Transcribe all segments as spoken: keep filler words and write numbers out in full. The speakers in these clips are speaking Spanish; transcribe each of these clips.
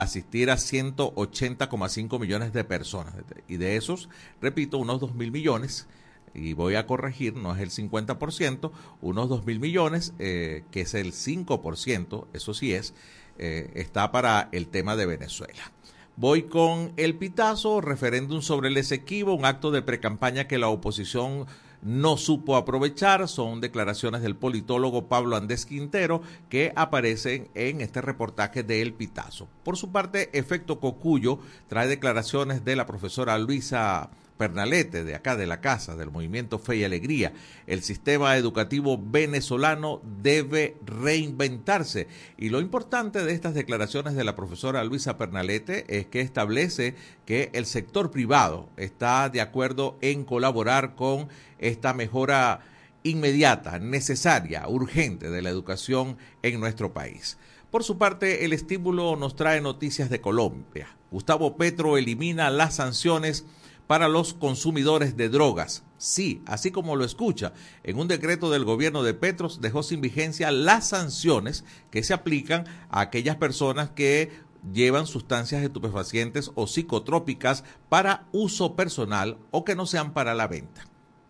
asistir a ciento ochenta coma cinco millones de personas. Y de esos, repito, unos dos mil millones, y voy a corregir, no es el cincuenta por ciento, unos dos mil millones, eh, que es el cinco por ciento, eso sí es, eh, está para el tema de Venezuela. Voy con el pitazo, referéndum sobre el Esequibo, un acto de precampaña que la oposición no supo aprovechar. Son declaraciones del politólogo Pablo Andrés Quintero que aparecen en este reportaje de El Pitazo. Por su parte, Efecto Cocuyo trae declaraciones de la profesora Luisa Pernalete, de acá de la casa, del movimiento Fe y Alegría. El sistema educativo venezolano debe reinventarse. Y lo importante de estas declaraciones de la profesora Luisa Pernalete es que establece que el sector privado está de acuerdo en colaborar con esta mejora inmediata, necesaria, urgente de la educación en nuestro país. Por su parte, el estímulo nos trae noticias de Colombia. Gustavo Petro elimina las sanciones para los consumidores de drogas. Sí, así como lo escucha, en un decreto del gobierno de Petro dejó sin vigencia las sanciones que se aplican a aquellas personas que llevan sustancias estupefacientes o psicotrópicas para uso personal o que no sean para la venta.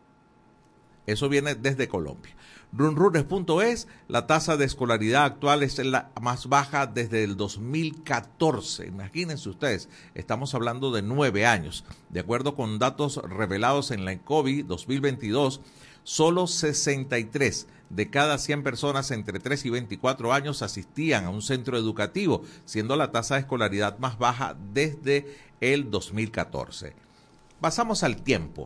Eso viene desde Colombia. Runrunes punto es, la tasa de escolaridad actual es la más baja desde el dos mil catorce. Imagínense ustedes, estamos hablando de nueve años. De acuerdo con datos revelados en la ENCOVI dos mil veintidós, solo sesenta y tres de cada cien personas entre tres y veinticuatro años asistían a un centro educativo, siendo la tasa de escolaridad más baja desde el dos mil catorce. Pasamos al tiempo.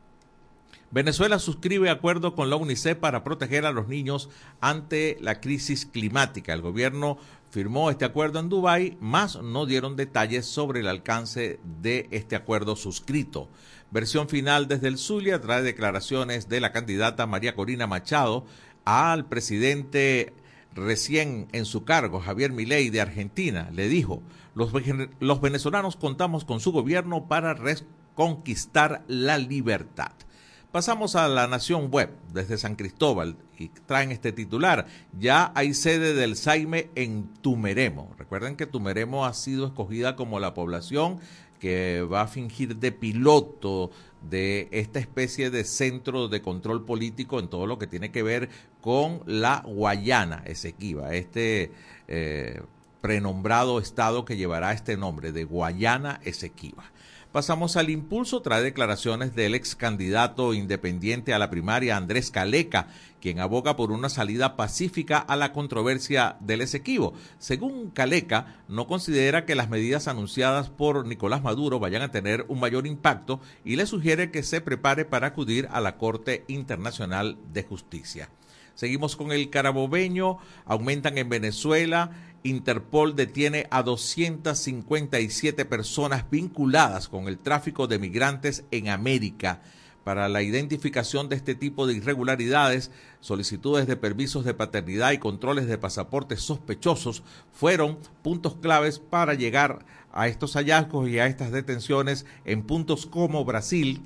Venezuela suscribe acuerdo con la UNICEF para proteger a los niños ante la crisis climática. El gobierno firmó este acuerdo en Dubái, más no dieron detalles sobre el alcance de este acuerdo suscrito. Versión final desde el Zulia trae declaraciones de la candidata María Corina Machado al presidente recién en su cargo, Javier Milei de Argentina. Le dijo, los, los venezolanos contamos con su gobierno para reconquistar la libertad. Pasamos a La Nación Web, desde San Cristóbal, y traen este titular. Ya hay sede del SAIME en Tumeremo. Recuerden que Tumeremo ha sido escogida como la población que va a fingir de piloto de esta especie de centro de control político en todo lo que tiene que ver con la Guayana Esequiba, este eh, prenombrado estado que llevará este nombre de Guayana Esequiba. Pasamos al Impulso, trae declaraciones del ex candidato independiente a la primaria Andrés Caleca, quien aboga por una salida pacífica a la controversia del Esequibo. Según Caleca, no considera que las medidas anunciadas por Nicolás Maduro vayan a tener un mayor impacto y le sugiere que se prepare para acudir a la Corte Internacional de Justicia. Seguimos con el carabobeño, aumentan en Venezuela. Interpol detiene a doscientas cincuenta y siete personas vinculadas con el tráfico de migrantes en América. Para la identificación de este tipo de irregularidades, solicitudes de permisos de paternidad y controles de pasaportes sospechosos fueron puntos claves para llegar a estos hallazgos y a estas detenciones en puntos como Brasil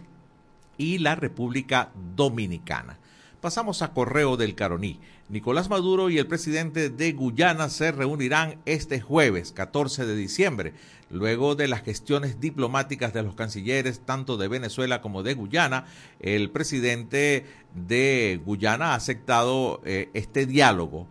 y la República Dominicana. Pasamos a Correo del Caroní. Nicolás Maduro y el presidente de Guyana se reunirán este jueves, catorce de diciembre, luego de las gestiones diplomáticas de los cancilleres tanto de Venezuela como de Guyana. El presidente de Guyana ha aceptado eh, este diálogo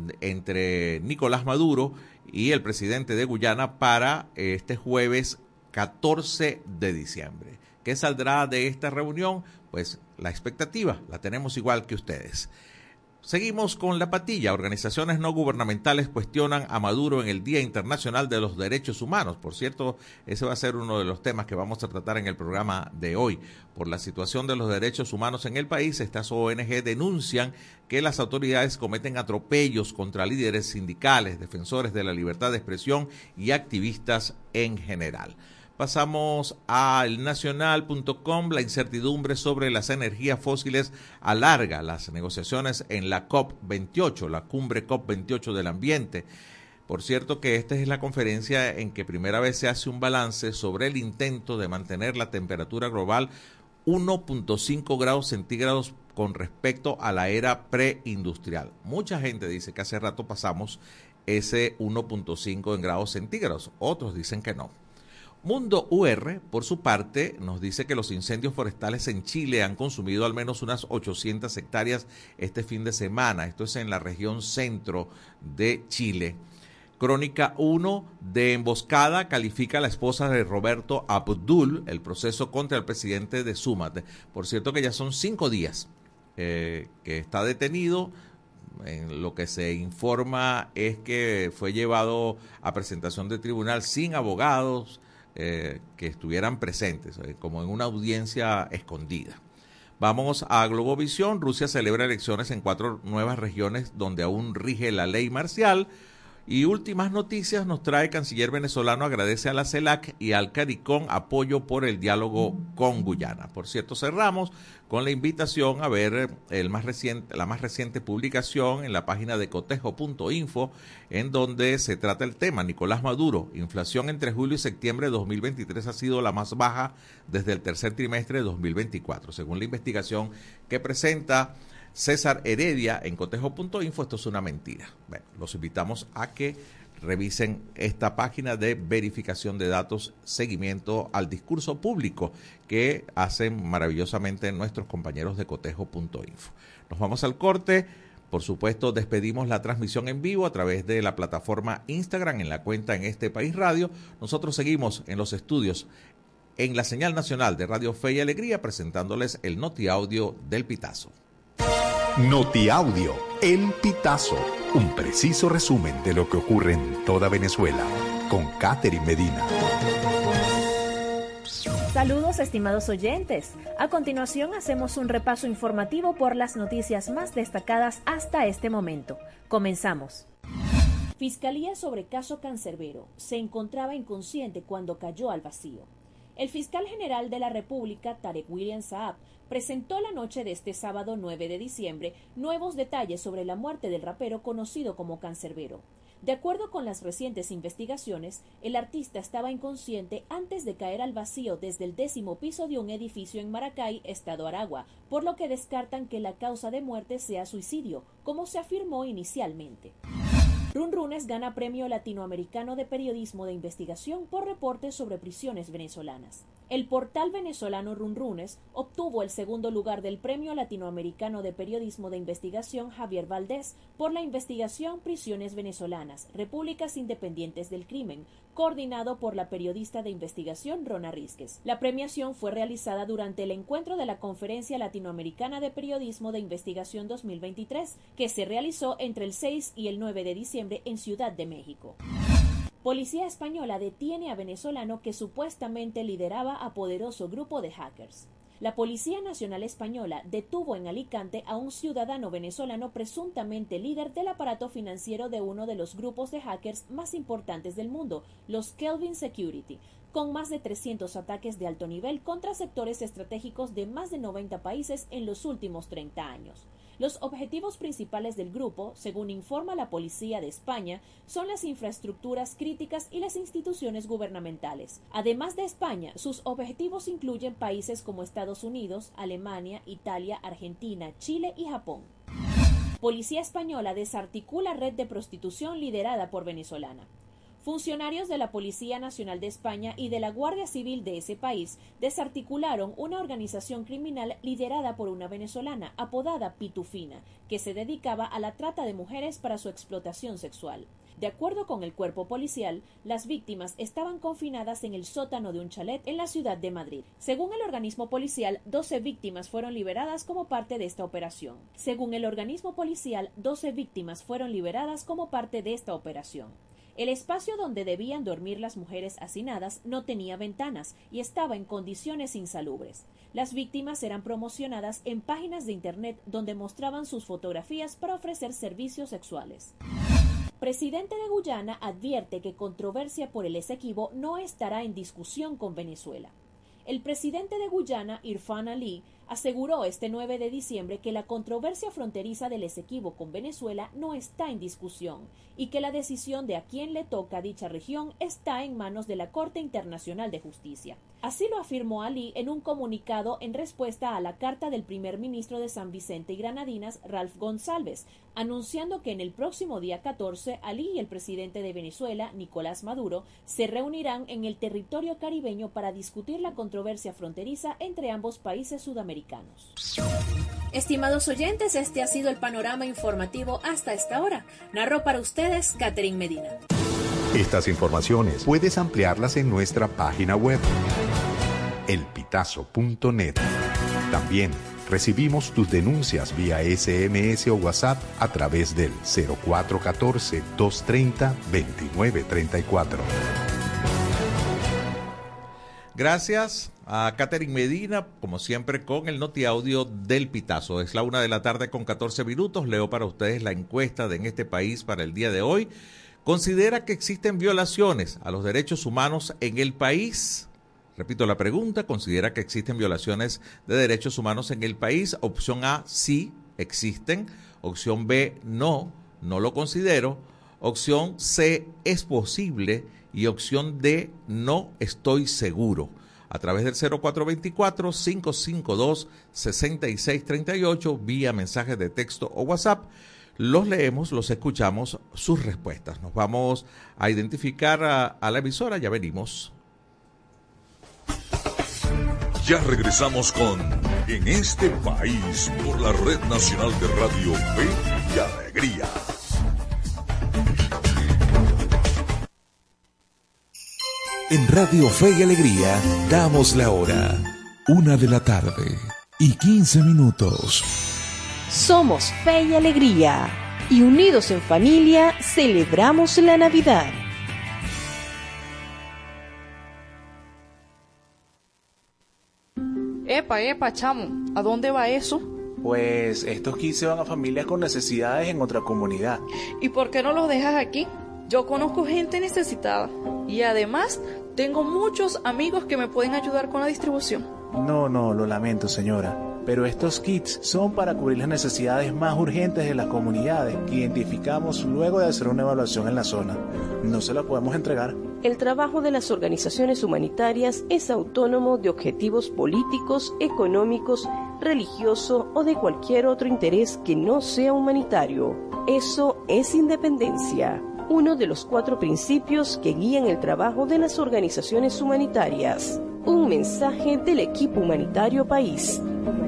entre Nicolás Maduro y el presidente de Guyana para eh, este jueves catorce de diciembre. ¿Qué saldrá de esta reunión? Pues la expectativa la tenemos igual que ustedes. Seguimos con La Patilla. Organizaciones no gubernamentales cuestionan a Maduro en el Día Internacional de los Derechos Humanos. Por cierto, ese va a ser uno de los temas que vamos a tratar en el programa de hoy. Por la situación de los derechos humanos en el país, estas O N G denuncian que las autoridades cometen atropellos contra líderes sindicales, defensores de la libertad de expresión y activistas en general. Pasamos al nacional punto com. La incertidumbre sobre las energías fósiles alarga las negociaciones en la COP veintiocho, la cumbre COP veintiocho del ambiente. Por cierto que esta es la conferencia en que primera vez se hace un balance sobre el intento de mantener la temperatura global uno punto cinco grados centígrados con respecto a la era preindustrial. Mucha gente dice que hace rato pasamos ese uno punto cinco en grados centígrados. Otros dicen que no. Mundo U R, por su parte, nos dice que los incendios forestales en Chile han consumido al menos unas ochocientas hectáreas este fin de semana. Esto es en la región centro de Chile. Crónica uno de emboscada califica a la esposa de Roberto Abdul el proceso contra el presidente de Sumate. Por cierto que ya son cinco días eh, que está detenido. En lo que se informa es que fue llevado a presentación de tribunal sin abogados eh, que estuvieran presentes, eh, como en una audiencia escondida. Vamos a Globovisión. Rusia celebra elecciones en cuatro nuevas regiones donde aún rige la ley marcial. Y últimas noticias nos trae canciller venezolano, agradece a la CELAC y al CARICOM apoyo por el diálogo con Guyana. Por cierto, cerramos con la invitación a ver el más reciente, la más reciente publicación en la página de cotejo punto info, en donde se trata el tema. Nicolás Maduro, inflación entre julio y septiembre de dos mil veintitrés ha sido la más baja desde el tercer trimestre de dos mil veinticuatro. Según la investigación que presenta César Heredia en cotejo punto info, esto es una mentira. Bueno, los invitamos a que revisen esta página de verificación de datos, seguimiento al discurso público que hacen maravillosamente nuestros compañeros de cotejo punto info. Nos vamos al corte. Por supuesto, despedimos la transmisión en vivo a través de la plataforma Instagram en la cuenta En Este País Radio. Nosotros seguimos en los estudios en la señal nacional de Radio Fe y Alegría presentándoles el Noti Audio del Pitazo. Notiaudio, El Pitazo, un preciso resumen de lo que ocurre en toda Venezuela, con Catherine Medina. Saludos, estimados oyentes. A continuación hacemos un repaso informativo por las noticias más destacadas hasta este momento. Comenzamos. Fiscalía sobre caso Cancerbero. Se encontraba inconsciente cuando cayó al vacío. El fiscal general de la República, Tarek William Saab, presentó la noche de este sábado nueve de diciembre nuevos detalles sobre la muerte del rapero conocido como Cancerbero. De acuerdo con las recientes investigaciones, el artista estaba inconsciente antes de caer al vacío desde el décimo piso de un edificio en Maracay, estado Aragua, por lo que descartan que la causa de muerte sea suicidio, como se afirmó inicialmente. Run Runes gana Premio Latinoamericano de Periodismo de Investigación por reportes sobre prisiones venezolanas. El portal venezolano Run Runes obtuvo el segundo lugar del Premio Latinoamericano de Periodismo de Investigación Javier Valdés por la investigación Prisiones Venezolanas, Repúblicas Independientes del Crimen, coordinado por la periodista de investigación Rona Rizquez. La premiación fue realizada durante el encuentro de la Conferencia Latinoamericana de Periodismo de Investigación dos mil veintitrés, que se realizó entre el seis y el nueve de diciembre en Ciudad de México. Policía española detiene a venezolano que supuestamente lideraba a poderoso grupo de hackers. La Policía Nacional Española detuvo en Alicante a un ciudadano venezolano presuntamente líder del aparato financiero de uno de los grupos de hackers más importantes del mundo, los Kelvin Security, con más de trescientos ataques de alto nivel contra sectores estratégicos de más de noventa países en los últimos treinta años. Los objetivos principales del grupo, según informa la Policía de España, son las infraestructuras críticas y las instituciones gubernamentales. Además de España, sus objetivos incluyen países como Estados Unidos, Alemania, Italia, Argentina, Chile y Japón. Policía española desarticula red de prostitución liderada por venezolana. Funcionarios de la Policía Nacional de España y de la Guardia Civil de ese país desarticularon una organización criminal liderada por una venezolana apodada Pitufina, que se dedicaba a la trata de mujeres para su explotación sexual. De acuerdo con el cuerpo policial, las víctimas estaban confinadas en el sótano de un chalet en la ciudad de Madrid. Según el organismo policial, doce víctimas fueron liberadas como parte de esta operación. Según el organismo policial, doce víctimas fueron liberadas como parte de esta operación. El espacio donde debían dormir las mujeres hacinadas no tenía ventanas y estaba en condiciones insalubres. Las víctimas eran promocionadas en páginas de internet donde mostraban sus fotografías para ofrecer servicios sexuales. Presidente de Guyana advierte que controversia por el Esequibo no estará en discusión con Venezuela. El presidente de Guyana, Irfan Ali, aseguró este nueve de diciembre que la controversia fronteriza del Esequibo con Venezuela no está en discusión y que la decisión de a quién le toca dicha región está en manos de la Corte Internacional de Justicia. Así lo afirmó Ali en un comunicado en respuesta a la carta del primer ministro de San Vicente y Granadinas, Ralph González, anunciando que en el próximo día catorce, Ali y el presidente de Venezuela, Nicolás Maduro, se reunirán en el territorio caribeño para discutir la controversia fronteriza entre ambos países sudamericanos. Estimados oyentes, este ha sido el panorama informativo hasta esta hora. Narró para ustedes Catherine Medina. Estas informaciones puedes ampliarlas en nuestra página web, el pitazo punto net. También recibimos tus denuncias vía ese eme ese o WhatsApp a través del cero cuatro uno cuatro, dos tres cero, dos nueve tres cuatro. Gracias a Catherine Medina, como siempre, con el notiaudio del Pitazo. Es la una de la tarde con catorce minutos. Leo para ustedes la encuesta de En este país para el día de hoy. ¿Considera que existen violaciones a los derechos humanos en el país? Repito la pregunta, ¿considera que existen violaciones de derechos humanos en el país? Opción A, sí, existen. Opción B, no, no lo considero. Opción C, es posible. Y opción D, no estoy seguro. A través del cero cuatro dos cuatro, cinco cinco dos, seis seis tres ocho, vía mensajes de texto o WhatsApp, los leemos, los escuchamos, sus respuestas. Nos vamos a identificar a, a la emisora, ya venimos. Ya regresamos con En este país por la Red Nacional de Radio Fe y Alegría. En Radio Fe y Alegría damos la hora, una de la tarde y quince minutos. Somos Fe y Alegría y unidos en familia celebramos la Navidad. Epa, epa, chamo, ¿a dónde va eso? Pues estos kits se van a familias con necesidades en otra comunidad. ¿Y por qué no los dejas aquí? Yo conozco gente necesitada y además tengo muchos amigos que me pueden ayudar con la distribución. No, no, lo lamento, señora, pero estos kits son para cubrir las necesidades más urgentes de las comunidades que identificamos luego de hacer una evaluación en la zona. No se la podemos entregar. El trabajo de las organizaciones humanitarias es autónomo de objetivos políticos, económicos, religioso o de cualquier otro interés que no sea humanitario. Eso es independencia, uno de los cuatro principios que guían el trabajo de las organizaciones humanitarias. Un mensaje del equipo humanitario país.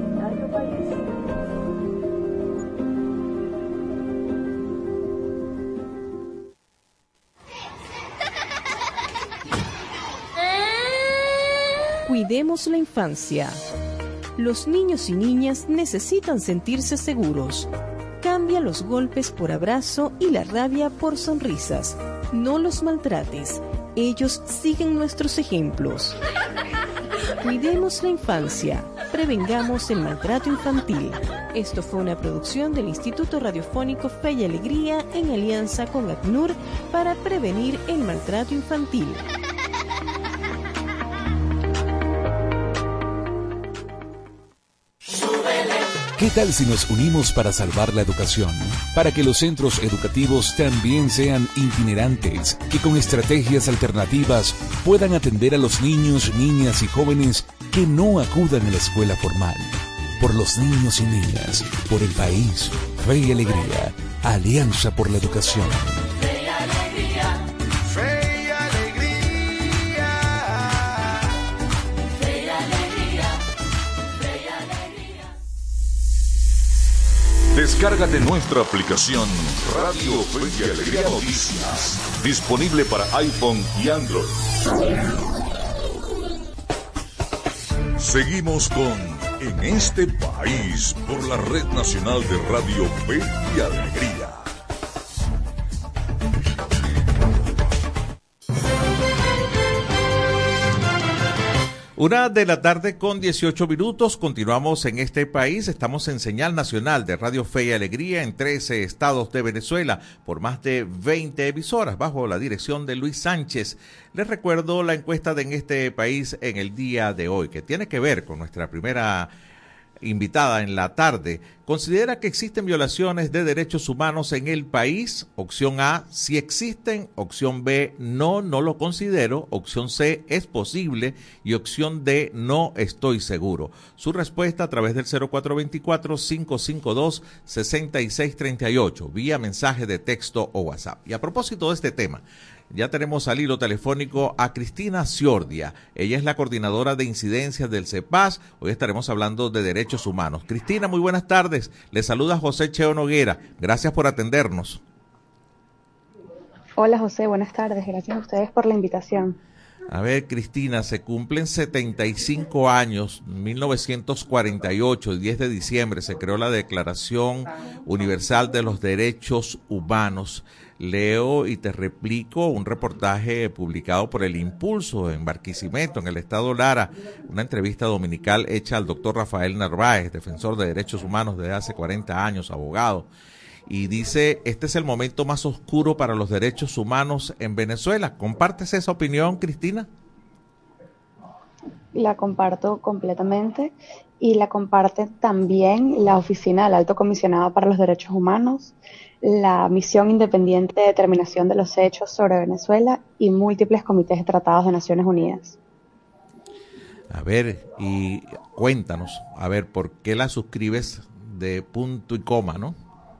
Cuidemos la infancia. Los niños y niñas necesitan sentirse seguros. Cambia los golpes por abrazo y la rabia por sonrisas. No los maltrates. Ellos siguen nuestros ejemplos. Cuidemos la infancia. Prevengamos el maltrato infantil. Esto fue una producción del Instituto Radiofónico Fe y Alegría en alianza con ACNUR para prevenir el maltrato infantil. ¿Qué tal si nos unimos para salvar la educación? Para que los centros educativos también sean itinerantes, que con estrategias alternativas puedan atender a los niños, niñas y jóvenes que no acudan a la escuela formal. Por los niños y niñas, por el país, Fe y Alegría, Alianza por la Educación. Fe y alegría, fe y alegría, fe y alegría, fe y alegría. Descárgate nuestra aplicación Radio Fe y Alegría Noticias, disponible para iPhone y Android. Seguimos con En este país por la Red Nacional de Radio Fe y Alegría. Una de la tarde con dieciocho minutos, continuamos en este país, estamos en señal nacional de Radio Fe y Alegría en trece estados de Venezuela por más de veinte emisoras bajo la dirección de Luis Sánchez. Les recuerdo la encuesta de En este país en el día de hoy, que tiene que ver con nuestra primera invitada en la tarde. ¿Considera que existen violaciones de derechos humanos en el país? Opción A, sí existen. Opción B, no, no lo considero. Opción C, es posible. Y opción D, no estoy seguro. Su respuesta a través del cero cuatro dos cuatro, cinco cinco dos, seis seis tres ocho, vía mensaje de texto o WhatsApp. Y a propósito de este tema, ya tenemos al hilo telefónico a Cristina Ciordia. Ella es la coordinadora de incidencias del CEPAS. Hoy estaremos hablando de derechos humanos. Cristina, muy buenas tardes. Le saluda José Cheo Noguera. Gracias por atendernos. Hola José, buenas tardes. Gracias a ustedes por la invitación. A ver, Cristina, se cumplen setenta y cinco años, mil novecientos cuarenta y ocho, el diez de diciembre se creó la Declaración Universal de los Derechos Humanos. Leo y te replico un reportaje publicado por El Impulso en Barquisimeto, en el estado Lara, una entrevista dominical hecha al doctor Rafael Narváez, defensor de derechos humanos desde hace cuarenta años, abogado. Y dice, este es el momento más oscuro para los derechos humanos en Venezuela. ¿Compartes esa opinión, Cristina? La comparto completamente y la comparte también la Oficina del Alto Comisionado para los Derechos Humanos, la Misión Independiente de Determinación de los Hechos sobre Venezuela y múltiples comités de tratados de Naciones Unidas. A ver, y cuéntanos, a ver, ¿por qué la suscribes de punto y coma, no?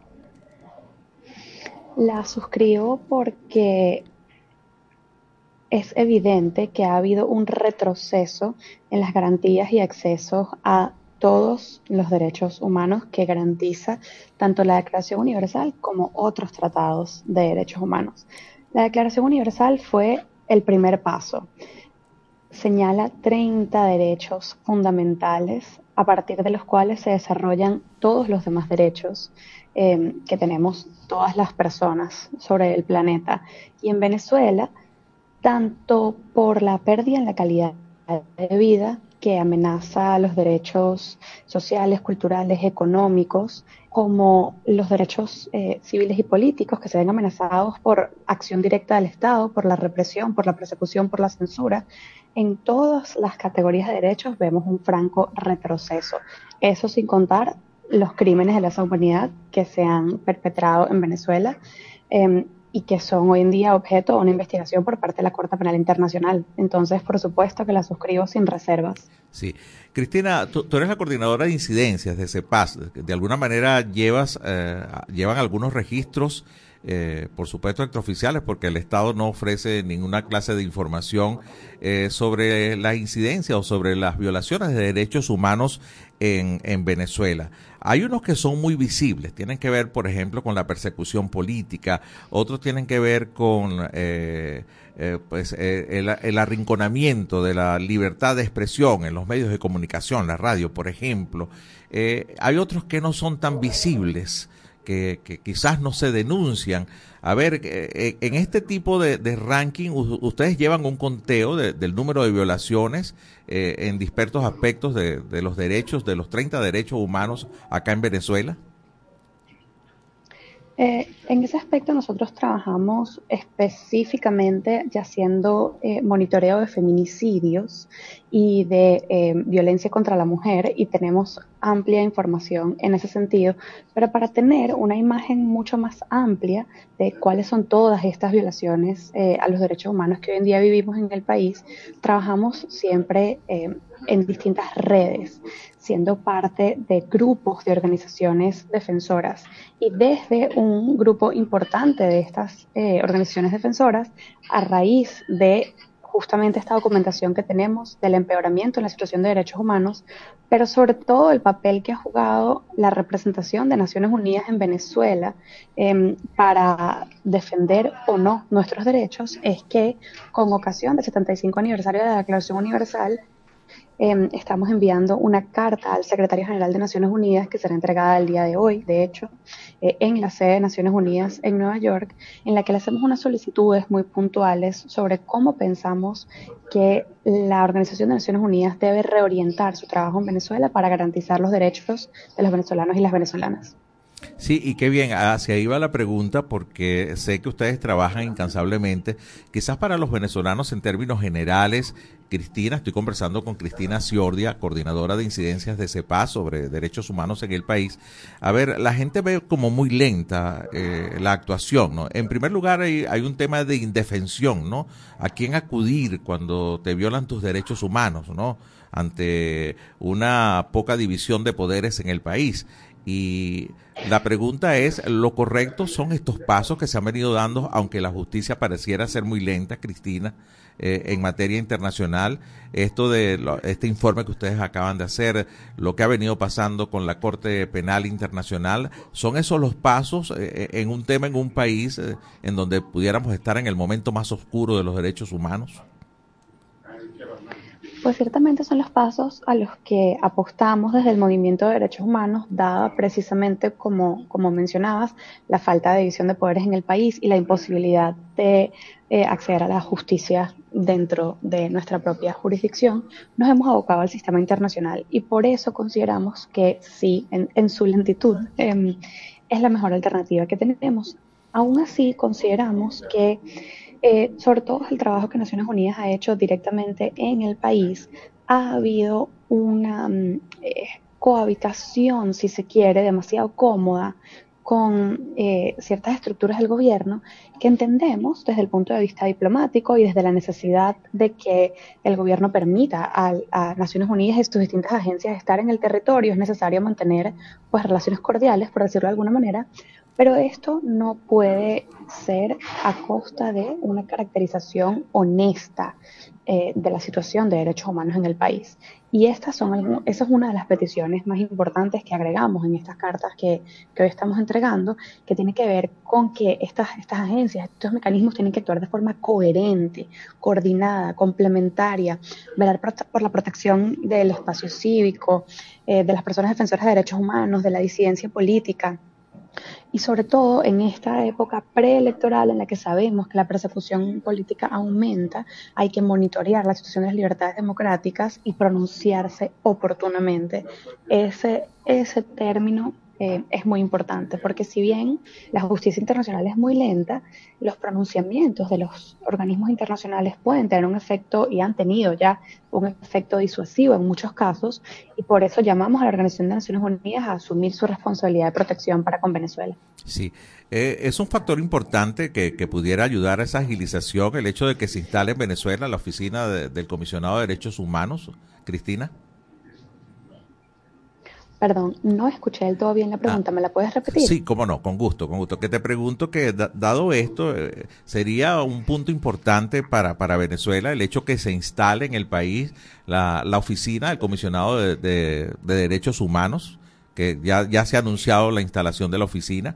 La suscribo porque es evidente que ha habido un retroceso en las garantías y accesos a todos los derechos humanos que garantiza tanto la Declaración Universal como otros tratados de derechos humanos. La Declaración Universal fue el primer paso. Señala treinta derechos fundamentales a partir de los cuales se desarrollan todos los demás derechos eh, que tenemos todas las personas sobre el planeta. Y en Venezuela, tanto por la pérdida en la calidad de vida que amenaza los derechos sociales, culturales, económicos, como los derechos eh, civiles y políticos que se ven amenazados por acción directa del Estado, por la represión, por la persecución, por la censura. En todas las categorías de derechos vemos un franco retroceso. Eso sin contar los crímenes de lesa humanidad que se han perpetrado en Venezuela eh, y que son hoy en día objeto de una investigación por parte de la Corte Penal Internacional. Entonces, por supuesto que la suscribo sin reservas. Sí. Cristina, tú, tú eres la coordinadora de incidencias de CEPAS. De alguna manera llevas, eh, llevan algunos registros, eh, por supuesto extraoficiales, porque el Estado no ofrece ninguna clase de información eh, sobre la incidencia o sobre las violaciones de derechos humanos en, en Venezuela. Hay unos que son muy visibles, tienen que ver, por ejemplo, con la persecución política, otros tienen que ver con eh, eh, pues eh, el, el arrinconamiento de la libertad de expresión en los medios de comunicación, la radio, por ejemplo. Eh, hay otros que no son tan visibles, que, que quizás no se denuncian. A ver, eh, en este tipo de, de ranking, ustedes llevan un conteo de, del número de violaciones eh, en dispersos aspectos de, de los derechos, de los treinta derechos humanos acá en Venezuela. Eh, en ese aspecto nosotros trabajamos específicamente ya haciendo eh, monitoreo de feminicidios y de eh, violencia contra la mujer, y tenemos amplia información en ese sentido, pero para tener una imagen mucho más amplia de cuáles son todas estas violaciones eh, a los derechos humanos que hoy en día vivimos en el país, trabajamos siempre eh, en distintas redes, siendo parte de grupos de organizaciones defensoras, y desde un grupo importante de estas eh, organizaciones defensoras, a raíz de justamente esta documentación que tenemos del empeoramiento en la situación de derechos humanos, pero sobre todo el papel que ha jugado la representación de Naciones Unidas en Venezuela eh, para defender o no nuestros derechos, es que con ocasión del setenta y cinco aniversario de la Declaración Universal, Eh, estamos enviando una carta al Secretario General de Naciones Unidas, que será entregada el día de hoy, de hecho, eh, en la sede de Naciones Unidas en Nueva York, en la que le hacemos unas solicitudes muy puntuales sobre cómo pensamos que la Organización de Naciones Unidas debe reorientar su trabajo en Venezuela para garantizar los derechos de los venezolanos y las venezolanas. Sí, y qué bien, hacia ahí va la pregunta, porque sé que ustedes trabajan incansablemente, quizás para los venezolanos en términos generales. Cristina, estoy conversando con Cristina Ciordia, coordinadora de incidencias de CEPAZ sobre derechos humanos en el país. A ver, la gente ve como muy lenta eh, la actuación, ¿no? En primer lugar, hay, hay un tema de indefensión, ¿no? ¿A quién acudir cuando te violan tus derechos humanos, ¿no? Ante una poca división de poderes en el país. Y la pregunta es, ¿lo correcto son estos pasos que se han venido dando, aunque la justicia pareciera ser muy lenta, Cristina, eh, en materia internacional? Esto de lo, este informe que ustedes acaban de hacer, lo que ha venido pasando con la Corte Penal Internacional, ¿son esos los pasos eh, en un tema, en un país eh, en donde pudiéramos estar en el momento más oscuro de los derechos humanos? Pues ciertamente son los pasos a los que apostamos desde el movimiento de derechos humanos, dada precisamente, como, como mencionabas, la falta de división de poderes en el país y la imposibilidad de eh, acceder a la justicia dentro de nuestra propia jurisdicción. Nos hemos abocado al sistema internacional y por eso consideramos que sí, en, en su lentitud, eh, es la mejor alternativa que tenemos. Aún así, consideramos que Eh, sobre todo el trabajo que Naciones Unidas ha hecho directamente en el país, ha habido una eh, cohabitación, si se quiere, demasiado cómoda con eh, ciertas estructuras del gobierno que entendemos desde el punto de vista diplomático y desde la necesidad de que el gobierno permita a, a Naciones Unidas y sus distintas agencias estar en el territorio. Es necesario mantener pues relaciones cordiales, por decirlo de alguna manera, pero esto no puede ser a costa de una caracterización honesta eh, de la situación de derechos humanos en el país. Y estas son algunos, esa es una de las peticiones más importantes que agregamos en estas cartas que, que hoy estamos entregando, que tiene que ver con que estas, estas agencias, estos mecanismos tienen que actuar de forma coherente, coordinada, complementaria, velar por, por la protección del espacio cívico, eh, de las personas defensoras de derechos humanos, de la disidencia política. Y sobre todo en esta época preelectoral en la que sabemos que la persecución política aumenta, hay que monitorear la situación de las libertades democráticas y pronunciarse oportunamente. Ese, ese término eh, es muy importante, porque si bien la justicia internacional es muy lenta, los pronunciamientos de los organismos internacionales pueden tener un efecto, y han tenido ya un efecto disuasivo en muchos casos, y por eso llamamos a la Organización de Naciones Unidas a asumir su responsabilidad de protección para con Venezuela. Sí, eh, es un factor importante que, que pudiera ayudar a esa agilización, el hecho de que se instale en Venezuela la oficina de, del Comisionado de Derechos Humanos, Cristina. Perdón, no escuché del todo bien la pregunta, ah, ¿me la puedes repetir? Sí, cómo no, con gusto, con gusto. Que te pregunto que, da, dado esto, eh, sería un punto importante para, para Venezuela el hecho que se instale en el país la, la oficina del Comisionado de, de, de Derechos Humanos, que ya, ya se ha anunciado la instalación de la oficina.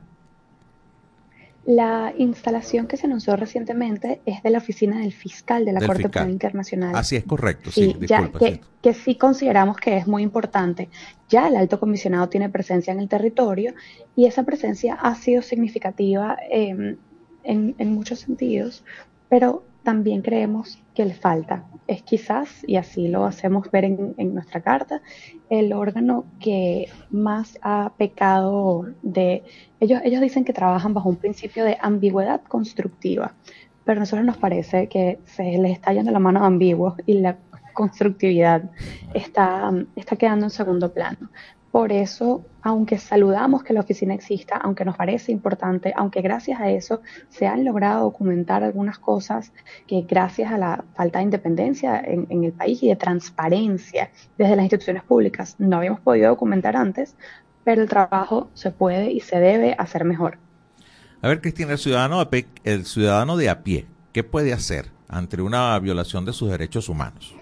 La instalación que se anunció recientemente es de la oficina del fiscal de la del Corte fiscal. Penal Internacional. Así es, correcto. Sí, sí disculpa, ya, que, que sí consideramos que es muy importante. Ya el alto comisionado tiene presencia en el territorio y esa presencia ha sido significativa eh, en, en muchos sentidos, pero también creemos que le falta. Es quizás, y así lo hacemos ver en, en nuestra carta, el órgano que más ha pecado de... Ellos, ellos dicen que trabajan bajo un principio de ambigüedad constructiva, pero a nosotros nos parece que se les está yendo la mano ambiguo y la constructividad está, está quedando en segundo plano. Por eso, aunque saludamos que la oficina exista, aunque nos parece importante, aunque gracias a eso se han logrado documentar algunas cosas que gracias a la falta de independencia en, en el país y de transparencia desde las instituciones públicas no habíamos podido documentar antes, pero el trabajo se puede y se debe hacer mejor. A ver, Cristina, el ciudadano, a pie, el ciudadano de a pie, ¿qué puede hacer ante una violación de sus derechos humanos?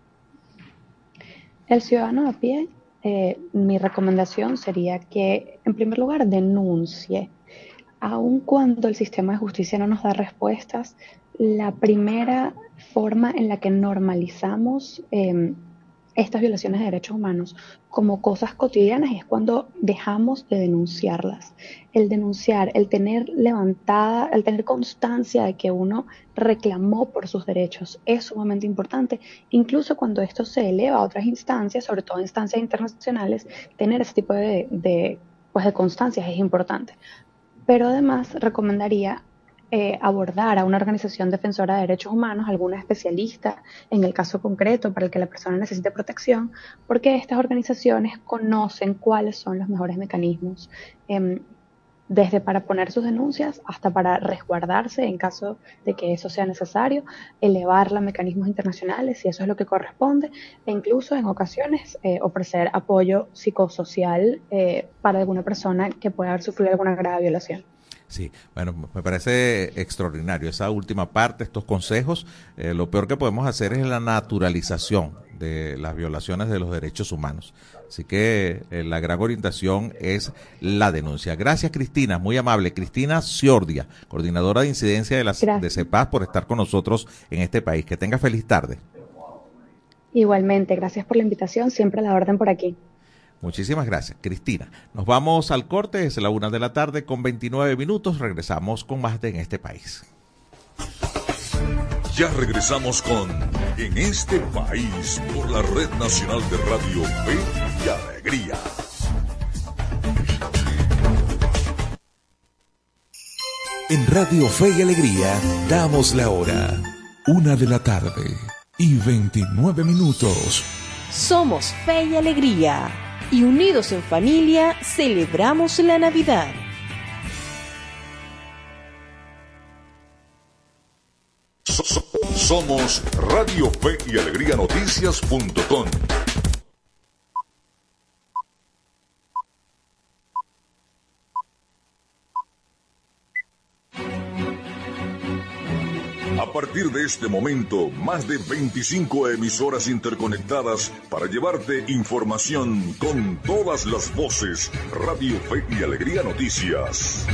El ciudadano a pie... Eh, mi recomendación sería que, en primer lugar, denuncie. Aun cuando el sistema de justicia no nos da respuestas, la primera forma en la que normalizamos eh, estas violaciones de derechos humanos como cosas cotidianas es cuando dejamos de denunciarlas. El denunciar, el tener levantada, el tener constancia de que uno reclamó por sus derechos es sumamente importante. Incluso cuando esto se eleva a otras instancias, sobre todo instancias internacionales, tener ese tipo de, de pues de constancias es importante. Pero además recomendaría eh, abordar a una organización defensora de derechos humanos, alguna especialista en el caso concreto para el que la persona necesite protección, porque estas organizaciones conocen cuáles son los mejores mecanismos, eh, desde para poner sus denuncias hasta para resguardarse en caso de que eso sea necesario, elevarla a mecanismos internacionales si eso es lo que corresponde, e incluso en ocasiones eh, ofrecer apoyo psicosocial eh, para alguna persona que pueda haber sufrido alguna grave violación. Sí, bueno, me parece extraordinario esa última parte, estos consejos. Eh, lo peor que podemos hacer es la naturalización de las violaciones de los derechos humanos. Así que eh, la gran orientación es la denuncia. Gracias, Cristina, muy amable. Cristina Ciordia, coordinadora de incidencia de la de CEPAS, por estar con nosotros en este país. Que tenga feliz tarde. Igualmente, gracias por la invitación, siempre a la orden por aquí. Muchísimas gracias, Cristina. Nos vamos al corte, es la una de la tarde con veintinueve minutos. Regresamos con más de En este país. Ya regresamos con En este país por la Red Nacional de Radio Fe y Alegría. En Radio Fe y Alegría damos la hora. Una de la tarde y veintinueve minutos. Somos Fe y Alegría. Y unidos en familia, celebramos la Navidad. Somos Radio Fe y Alegría Noticias punto com. A partir de este momento, más de veinticinco emisoras interconectadas para llevarte información con todas las voces. Radio Fe y Alegría Noticias.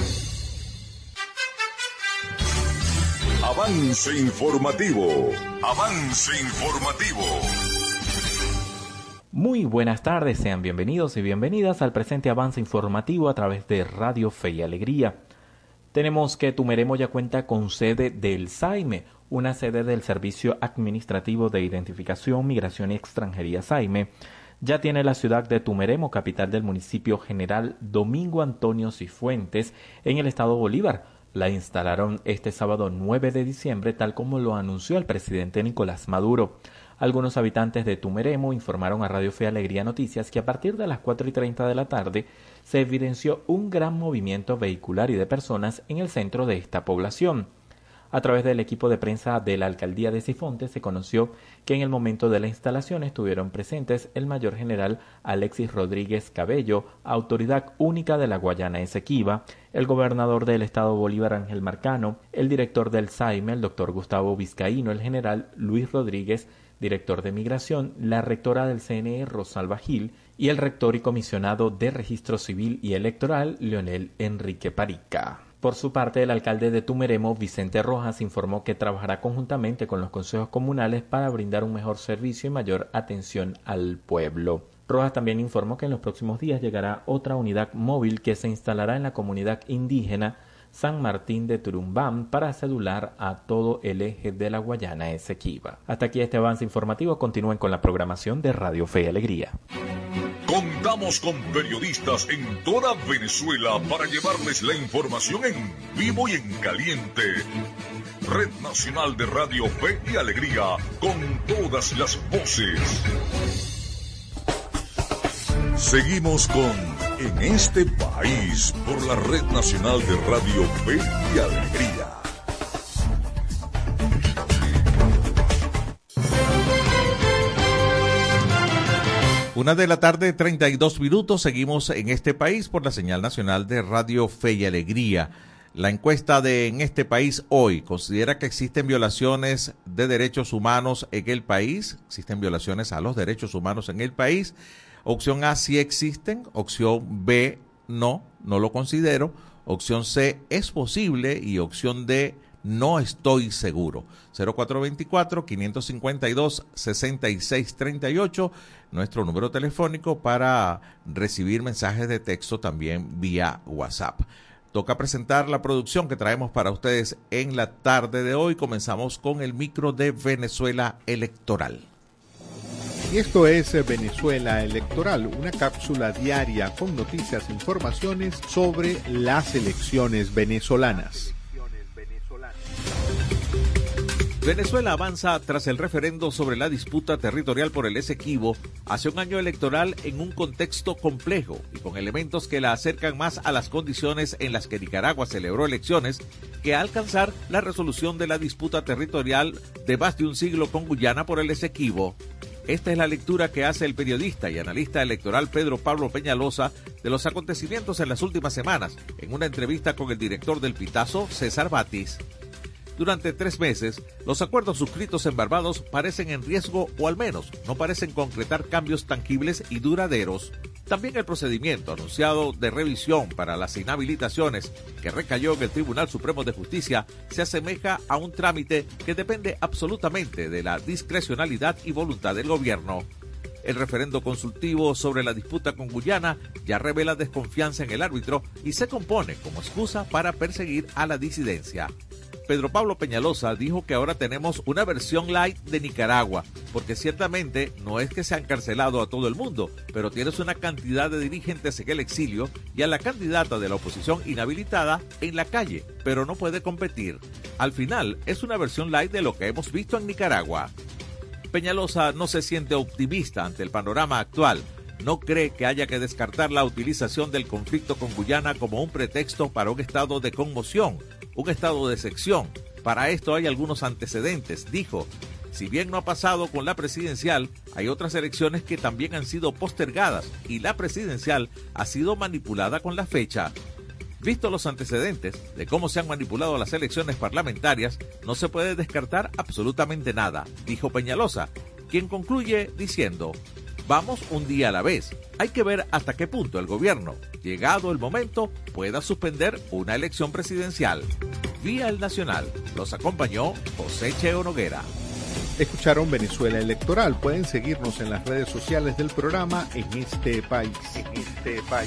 Avance informativo. Avance informativo. Muy buenas tardes, sean bienvenidos y bienvenidas al presente avance informativo a través de Radio Fe y Alegría. Tenemos que Tumeremo ya cuenta con sede del SAIME, una sede del Servicio Administrativo de Identificación, Migración y Extranjería SAIME. Ya tiene la ciudad de Tumeremo, capital del municipio General Domingo Antonio Cifuentes, en el estado Bolívar. La instalaron este sábado nueve de diciembre, tal como lo anunció el presidente Nicolás Maduro. Algunos habitantes de Tumeremo informaron a Radio Fe y Alegría Noticias que a partir de las cuatro y treinta de la tarde se evidenció un gran movimiento vehicular y de personas en el centro de esta población. A través del equipo de prensa de la alcaldía de Cifuentes se conoció que en el momento de la instalación estuvieron presentes el mayor general Alexis Rodríguez Cabello, autoridad única de la Guayana Esequiba, el gobernador del estado Bolívar Ángel Marcano, el director del SAIME, el doctor Gustavo Vizcaíno, el general Luis Rodríguez, director de Migración, la rectora del C N E, Rosalba Gil, y el rector y comisionado de Registro Civil y Electoral, Leonel Enrique Parica. Por su parte, el alcalde de Tumeremo, Vicente Rojas, informó que trabajará conjuntamente con los consejos comunales para brindar un mejor servicio y mayor atención al pueblo. Rojas también informó que en los próximos días llegará otra unidad móvil que se instalará en la comunidad indígena San Martín de Turumbán para cedular a todo el eje de la Guayana Esequiba. Hasta aquí este avance informativo. Continúen con la programación de Radio Fe y Alegría. Contamos con periodistas en toda Venezuela para llevarles la información en vivo y en caliente. Red Nacional de Radio Fe y Alegría, con todas las voces. Seguimos con En este país por la Red Nacional de Radio Fe y Alegría. Una de la tarde, treinta y dos minutos. Seguimos en este país por la señal nacional de Radio Fe y Alegría. La encuesta de En este país hoy considera que existen violaciones de derechos humanos en el país. Existen violaciones a los derechos humanos en el país. Opción A, sí existen. Opción B, no, no lo considero. Opción C, es posible. Y opción D, no estoy seguro. cero cuatro dos cuatro, cinco cinco dos, seis seis tres ocho, nuestro número telefónico para recibir mensajes de texto también vía WhatsApp. Toca presentar la producción que traemos para ustedes en la tarde de hoy. Comenzamos con el micro de Venezuela Electoral. Y esto es Venezuela Electoral, una cápsula diaria con noticias e informaciones sobre las elecciones venezolanas. Venezuela avanza tras el referendo sobre la disputa territorial por el Esequibo hacia un año electoral en un contexto complejo y con elementos que la acercan más a las condiciones en las que Nicaragua celebró elecciones que a alcanzar la resolución de la disputa territorial de más de un siglo con Guyana por el Esequibo. Esta es la lectura que hace el periodista y analista electoral Pedro Pablo Peñalosa de los acontecimientos en las últimas semanas en una entrevista con el director del Pitazo, César Batis. Durante tres meses, los acuerdos suscritos en Barbados parecen en riesgo o al menos no parecen concretar cambios tangibles y duraderos. También el procedimiento anunciado de revisión para las inhabilitaciones que recayó en el Tribunal Supremo de Justicia se asemeja a un trámite que depende absolutamente de la discrecionalidad y voluntad del gobierno. El referendo consultivo sobre la disputa con Guyana ya revela desconfianza en el árbitro y se compone como excusa para perseguir a la disidencia. Pedro Pablo Peñalosa dijo que ahora tenemos una versión light de Nicaragua, porque ciertamente no es que se han encarcelado a todo el mundo, pero tienes una cantidad de dirigentes en el exilio y a la candidata de la oposición inhabilitada en la calle, pero no puede competir. Al final, es una versión light de lo que hemos visto en Nicaragua. Peñalosa no se siente optimista ante el panorama actual. No cree que haya que descartar la utilización del conflicto con Guyana como un pretexto para un estado de conmoción, un estado de sección. Para esto hay algunos antecedentes, dijo. Si bien no ha pasado con la presidencial, hay otras elecciones que también han sido postergadas y la presidencial ha sido manipulada con la fecha. Visto los antecedentes de cómo se han manipulado las elecciones parlamentarias, no se puede descartar absolutamente nada, dijo Peñalosa, quien concluye diciendo: vamos un día a la vez. Hay que ver hasta qué punto el gobierno, llegado el momento, pueda suspender una elección presidencial. Vía El Nacional, los acompañó José Cheo Noguera. Escucharon Venezuela Electoral. Pueden seguirnos en las redes sociales del programa En Este País. En Este País.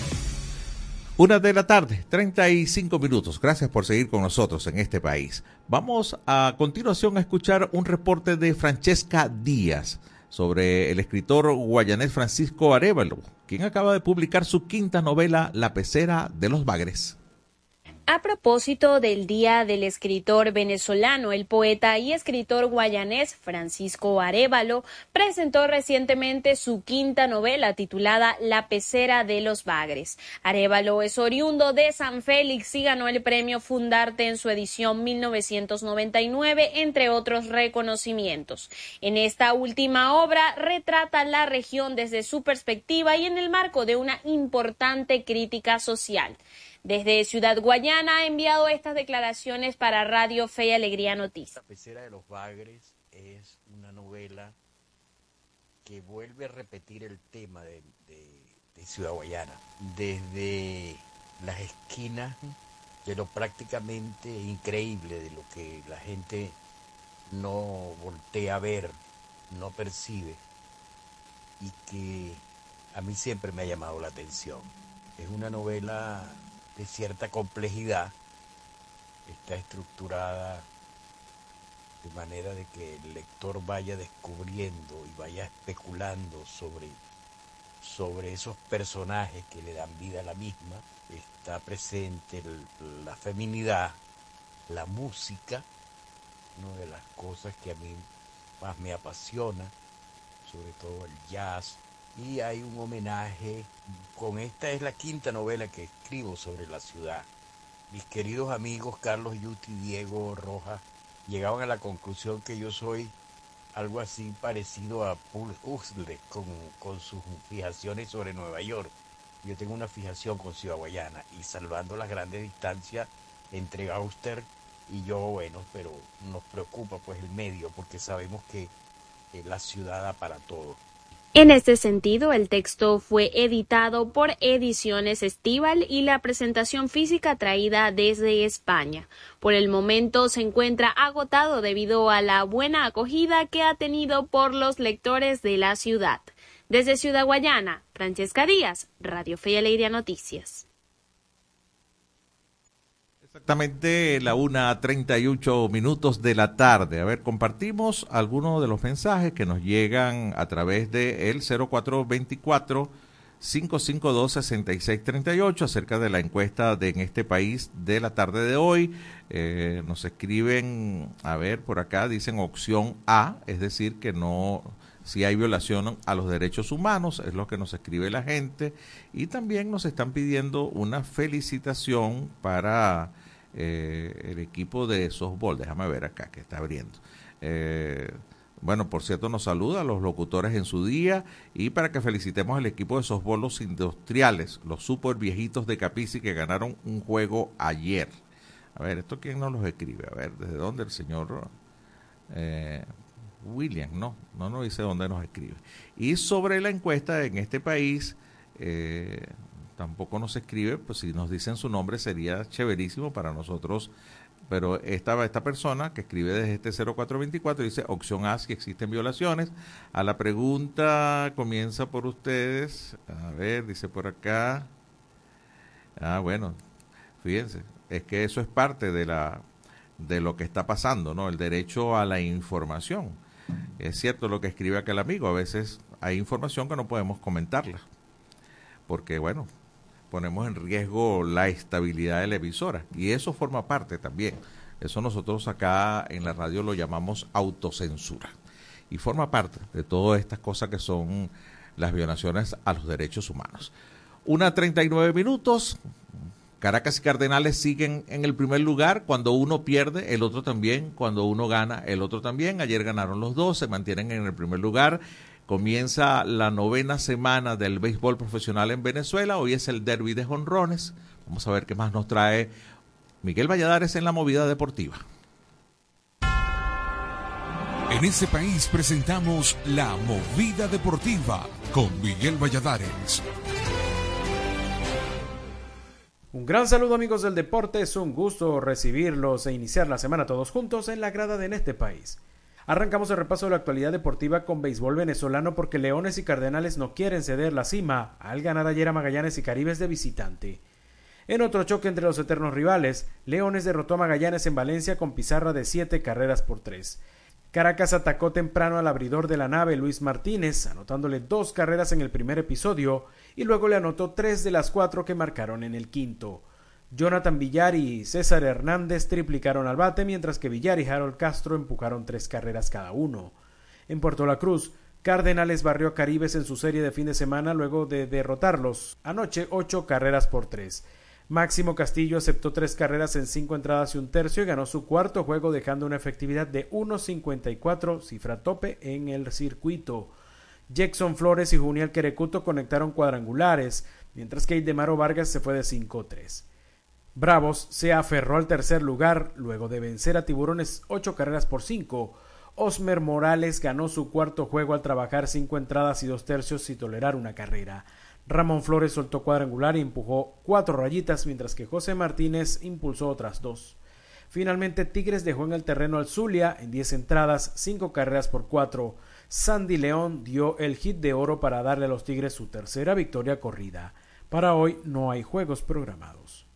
Una de la tarde, treinta y cinco minutos. Gracias por seguir con nosotros en Este País. Vamos a continuación a escuchar un reporte de Francesca Díaz sobre el escritor guayanés Francisco Arévalo, quien acaba de publicar su quinta novela, La Pecera de los Bagres. A propósito del Día del Escritor Venezolano, el poeta y escritor guayanés Francisco Arévalo presentó recientemente su quinta novela titulada La Pecera de los Bagres. Arévalo es oriundo de San Félix y ganó el premio Fundarte en su edición mil novecientos noventa y nueve, entre otros reconocimientos. En esta última obra retrata la región desde su perspectiva y en el marco de una importante crítica social. Desde Ciudad Guayana ha enviado estas declaraciones para Radio Fe y Alegría Noticias. La Pecera de los Bagres es una novela que vuelve a repetir el tema de, de, de Ciudad Guayana. Desde las esquinas de lo prácticamente increíble, de lo que la gente no voltea a ver, no percibe, y que a mí siempre me ha llamado la atención. Es una novela de cierta complejidad, está estructurada de manera de que el lector vaya descubriendo y vaya especulando sobre, sobre esos personajes que le dan vida a la misma. Está presente el, la feminidad, la música, una de las cosas que a mí más me apasiona, sobre todo el jazz. Y hay un homenaje, con esta es la quinta novela que escribo sobre la ciudad. Mis queridos amigos Carlos Yuti y Diego Rojas llegaban a la conclusión que yo soy algo así parecido a Paul Huxley con, con sus fijaciones sobre Nueva York. Yo tengo una fijación con Ciudad Guayana y salvando las grandes distancias entre Auster y yo, bueno, pero nos preocupa pues el medio porque sabemos que eh, la ciudad da para todo. En este sentido, el texto fue editado por Ediciones Estival y la presentación física traída desde España. Por el momento se encuentra agotado debido a la buena acogida que ha tenido por los lectores de la ciudad. Desde Ciudad Guayana, Francesca Díaz, Radio Fe y Alegría Noticias. Exactamente la una treinta y ocho minutos de la tarde. A ver, compartimos algunos de los mensajes que nos llegan a través de el cero cuatro veinticuatro, cinco cinco dos, sesenta y seis treinta y ocho acerca de la encuesta de En este país de la tarde de hoy. Eh, nos escriben, a ver, por acá dicen opción A, es decir, que no, si hay violación a los derechos humanos, es lo que nos escribe la gente. Y también nos están pidiendo una felicitación para eh, el equipo de softball. Déjame ver acá, que está abriendo. Eh, Bueno, por cierto, nos saluda a los locutores en su día y para que felicitemos al equipo de softball Los Industriales, los super viejitos de Capici que ganaron un juego ayer. A ver, ¿esto quién nos los escribe? A ver, ¿desde dónde el señor eh, William? No, no nos dice dónde nos escribe. Y sobre la encuesta en este país, eh, tampoco nos escribe, pues si nos dicen su nombre sería chéverísimo para nosotros. Pero esta, esta persona que escribe desde este cero cuatro veinticuatro dice opción A, si existen violaciones. A la pregunta comienza por ustedes. A ver, dice por acá. Ah, bueno, fíjense, es que eso es parte de la de lo que está pasando, ¿no? El derecho a la información. Es cierto lo que escribe acá el amigo, a veces hay información que no podemos comentarla, porque bueno, ponemos en riesgo la estabilidad de la emisora y eso forma parte también. Eso nosotros acá en la radio lo llamamos autocensura y forma parte de todas estas cosas que son las violaciones a los derechos humanos. Una treinta y nueve minutos. Caracas y Cardenales siguen en el primer lugar. Cuando uno pierde, el otro también. Cuando uno gana, el otro también. Ayer ganaron los dos, se mantienen en el primer lugar. Comienza la novena semana del béisbol profesional en Venezuela. Hoy es el derbi de jonrones. Vamos a ver qué más nos trae Miguel Valladares en la movida deportiva. En este país presentamos la movida deportiva con Miguel Valladares. Un gran saludo, amigos del deporte. Es un gusto recibirlos e iniciar la semana todos juntos en la grada de En este país. Arrancamos el repaso de la actualidad deportiva con béisbol venezolano porque Leones y Cardenales no quieren ceder la cima al ganar ayer a Magallanes y Caribes de visitante. En otro choque entre los eternos rivales, Leones derrotó a Magallanes en Valencia con pizarra de siete carreras por tres. Caracas atacó temprano al abridor de la nave Luis Martínez, anotándole dos carreras en el primer episodio y luego le anotó tres de las cuatro que marcaron en el quinto. Jonathan Villar y César Hernández triplicaron al bate, mientras que Villar y Harold Castro empujaron tres carreras cada uno. En Puerto La Cruz, Cardenales barrió a Caribes en su serie de fin de semana luego de derrotarlos anoche ocho carreras por tres. Máximo Castillo aceptó tres carreras en cinco entradas y un tercio y ganó su cuarto juego dejando una efectividad de uno cincuenta y cuatro, cifra tope en el circuito. Jackson Flores y Juniel Querecuto conectaron cuadrangulares, mientras que Eidemaro Vargas se fue de cinco tres. Bravos se aferró al tercer lugar luego de vencer a Tiburones ocho carreras por cinco. Osmer Morales ganó su cuarto juego al trabajar cinco entradas y dos tercios y tolerar una carrera. Ramón Flores soltó cuadrangular y empujó cuatro rayitas, mientras que José Martínez impulsó otras dos. Finalmente, Tigres dejó en el terreno al Zulia en diez entradas, cinco carreras por cuatro. Sandy León dio el hit de oro para darle a los Tigres su tercera victoria corrida. Para hoy no hay juegos programados.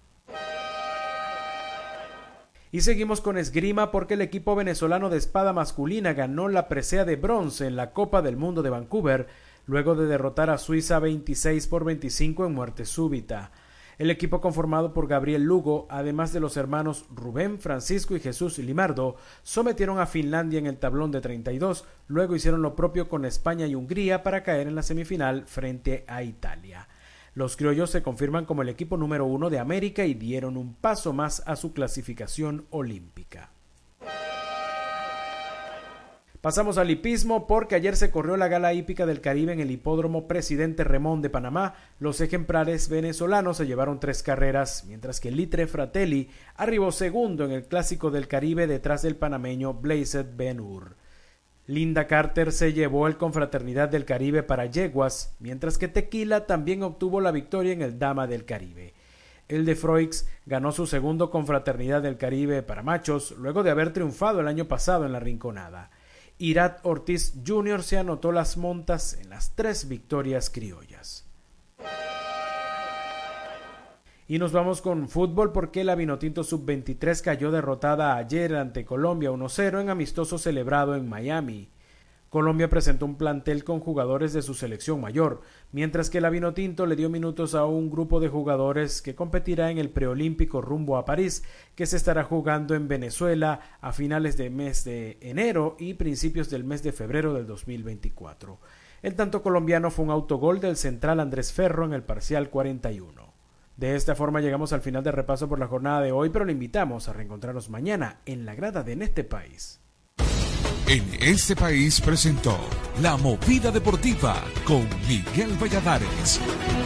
Y seguimos con esgrima porque el equipo venezolano de espada masculina ganó la presea de bronce en la Copa del Mundo de Vancouver, luego de derrotar a Suiza veintiséis por veinticinco en muerte súbita. El equipo conformado por Gabriel Lugo, además de los hermanos Rubén, Francisco y Jesús Limardo, sometieron a Finlandia en el tablón de treinta y dos, luego hicieron lo propio con España y Hungría para caer en la semifinal frente a Italia. Los criollos se confirman como el equipo número uno de América y dieron un paso más a su clasificación olímpica. Pasamos al hipismo porque ayer se corrió la gala hípica del Caribe en el hipódromo Presidente Remón de Panamá. Los ejemplares venezolanos se llevaron tres carreras, mientras que Litre Fratelli arribó segundo en el Clásico del Caribe detrás del panameño Blazed Ben-Hur. Linda Carter se llevó el Confraternidad del Caribe para yeguas, mientras que Tequila también obtuvo la victoria en el Dama del Caribe. El de Froix ganó su segundo Confraternidad del Caribe para machos, luego de haber triunfado el año pasado en la Rinconada. Irat Ortiz junior se anotó las montas en las tres victorias criollas. Y nos vamos con fútbol porque la Vinotinto sub veintitrés cayó derrotada ayer ante Colombia uno cero en amistoso celebrado en Miami. Colombia presentó un plantel con jugadores de su selección mayor, mientras que la Vinotinto le dio minutos a un grupo de jugadores que competirá en el preolímpico rumbo a París, que se estará jugando en Venezuela a finales del mes de enero y principios del mes de febrero del dos mil veinticuatro. El tanto colombiano fue un autogol del central Andrés Ferro en el parcial cuarenta y uno. De esta forma llegamos al final del repaso por la jornada de hoy, pero le invitamos a reencontrarnos mañana en la grada de En Este País. En Este País presentó La Movida Deportiva con Miguel Valladares.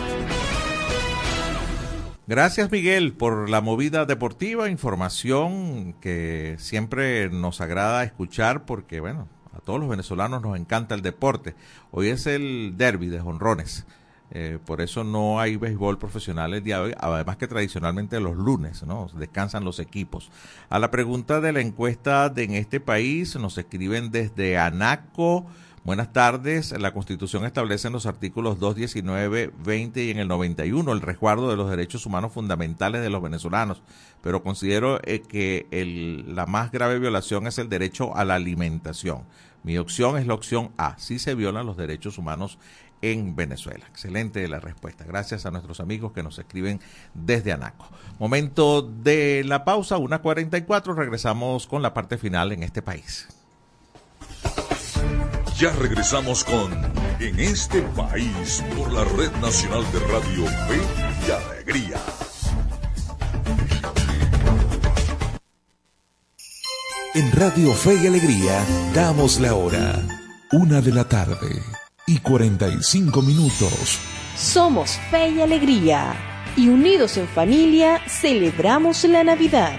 Gracias, Miguel, por la movida deportiva, información que siempre nos agrada escuchar porque, bueno, a todos los venezolanos nos encanta el deporte. Hoy es el derbi de jonrones. Eh, por eso no hay béisbol profesional el día de hoy, además que tradicionalmente los lunes, ¿no? Descansan los equipos. A la pregunta de la encuesta de En Este País nos escriben desde Anaco. Buenas tardes. La Constitución establece en los artículos dos, diecinueve, veinte y en el noventa y uno el resguardo de los derechos humanos fundamentales de los venezolanos, pero considero eh, que el, la más grave violación es el derecho a la alimentación. Mi opción es la opción A. Sí se violan los derechos humanos en Venezuela. Excelente la respuesta. Gracias a nuestros amigos que nos escriben desde Anaco. Momento de la pausa, una cuarenta y cuatro. Regresamos con la parte final En Este País. Ya regresamos con En Este País por la Red Nacional de Radio Fe y Alegría. En Radio Fe y Alegría damos la hora. Una de la tarde y cuarenta y cinco minutos. Somos Fe y Alegría y unidos en familia celebramos la Navidad.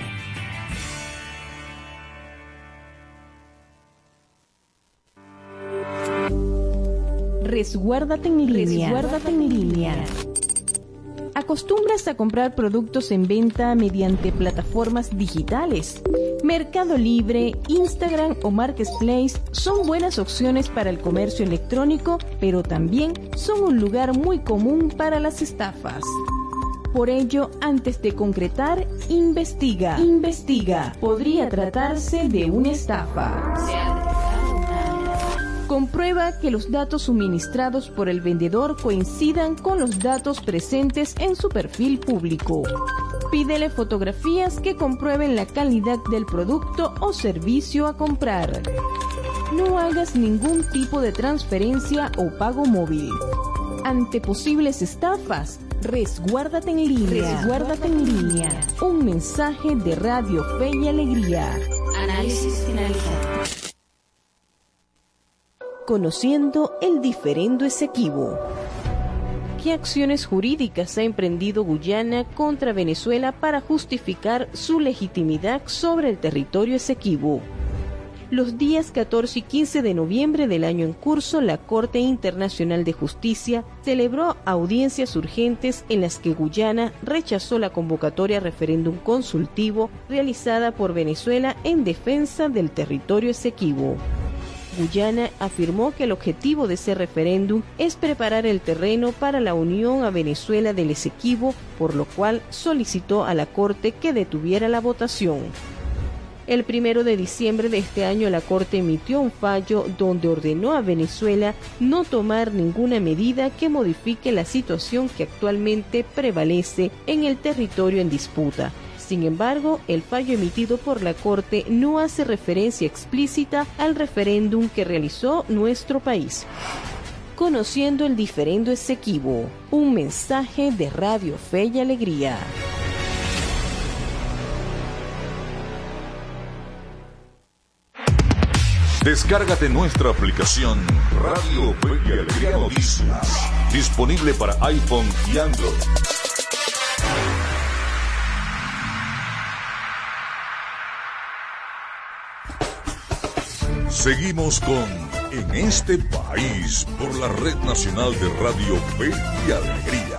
Resguárdate en línea. Resguárdate en línea. ¿Acostumbras a comprar productos en venta mediante plataformas digitales? Mercado Libre, Instagram o Marketplace son buenas opciones para el comercio electrónico, pero también son un lugar muy común para las estafas. Por ello, antes de concretar, investiga. Investiga. Podría tratarse de una estafa. Comprueba que los datos suministrados por el vendedor coincidan con los datos presentes en su perfil público. Pídele fotografías que comprueben la calidad del producto o servicio a comprar. No hagas ningún tipo de transferencia o pago móvil. Ante posibles estafas, resguárdate en línea. Resguárdate en línea. Un mensaje de Radio Fe y Alegría. Análisis finalizado. Conociendo el diferendo Esequibo. ¿Qué acciones jurídicas ha emprendido Guyana contra Venezuela para justificar su legitimidad sobre el territorio Esequibo? Los días catorce y quince de noviembre del año en curso, la Corte Internacional de Justicia celebró audiencias urgentes en las que Guyana rechazó la convocatoria a referéndum consultivo realizada por Venezuela en defensa del territorio Esequibo. Guyana afirmó que el objetivo de ese referéndum es preparar el terreno para la unión a Venezuela del Esequibo, por lo cual solicitó a la Corte que detuviera la votación. El primero de diciembre de este año, la Corte emitió un fallo donde ordenó a Venezuela no tomar ninguna medida que modifique la situación que actualmente prevalece en el territorio en disputa. Sin embargo, el fallo emitido por la Corte no hace referencia explícita al referéndum que realizó nuestro país. Conociendo el diferendo Esequibo, un mensaje de Radio Fe y Alegría. Descárgate nuestra aplicación Radio Fe y Alegría Noticias, disponible para iPhone y Android. Seguimos con En Este País por la Red Nacional de Radio Fe y Alegría.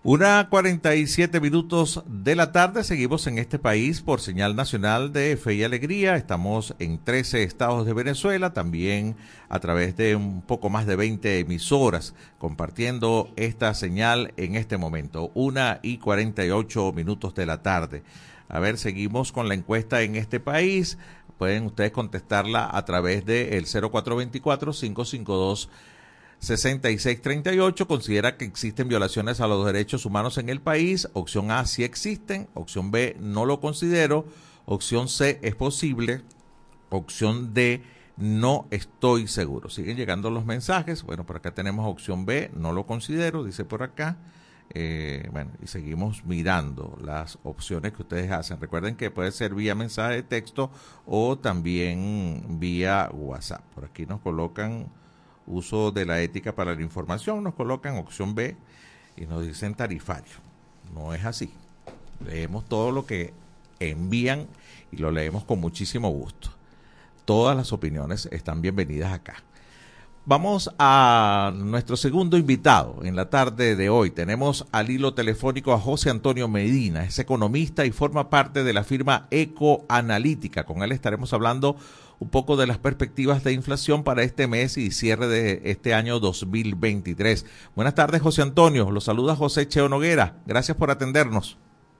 Una cuarenta y siete minutos de la tarde, seguimos en este país por señal nacional de Fe y Alegría. Estamos en trece estados de Venezuela, también a través de un poco más de veinte emisoras, compartiendo esta señal en este momento. Una y cuarenta y ocho minutos de la tarde. A ver, seguimos con la encuesta en este país. Pueden ustedes contestarla a través de el cero cuatro dos cuatro, cinco cinco dos, seis seis tres ocho. Considera que existen violaciones a los derechos humanos en el país. Opción A, sí existen. Opción B, no lo considero. Opción C, es posible. Opción D, no estoy seguro. Siguen llegando los mensajes. Bueno, por acá tenemos opción B, no lo considero, dice por acá. Eh, bueno, y seguimos mirando las opciones que ustedes hacen. Recuerden que puede ser vía mensaje de texto o también vía WhatsApp. Por aquí nos colocan uso de la ética para la información, nos colocan opción B y nos dicen tarifario. No es así. Leemos todo lo que envían y lo leemos con muchísimo gusto. Todas las opiniones están bienvenidas acá. Vamos a nuestro segundo invitado en la tarde de hoy. Tenemos al hilo telefónico a José Antonio Medina, es economista y forma parte de la firma Ecoanalítica. Con él estaremos hablando un poco de las perspectivas de inflación para este mes y cierre de este año dos mil veintitrés. Buenas tardes, José Antonio. Los saluda José Cheo Noguera. Gracias por atendernos.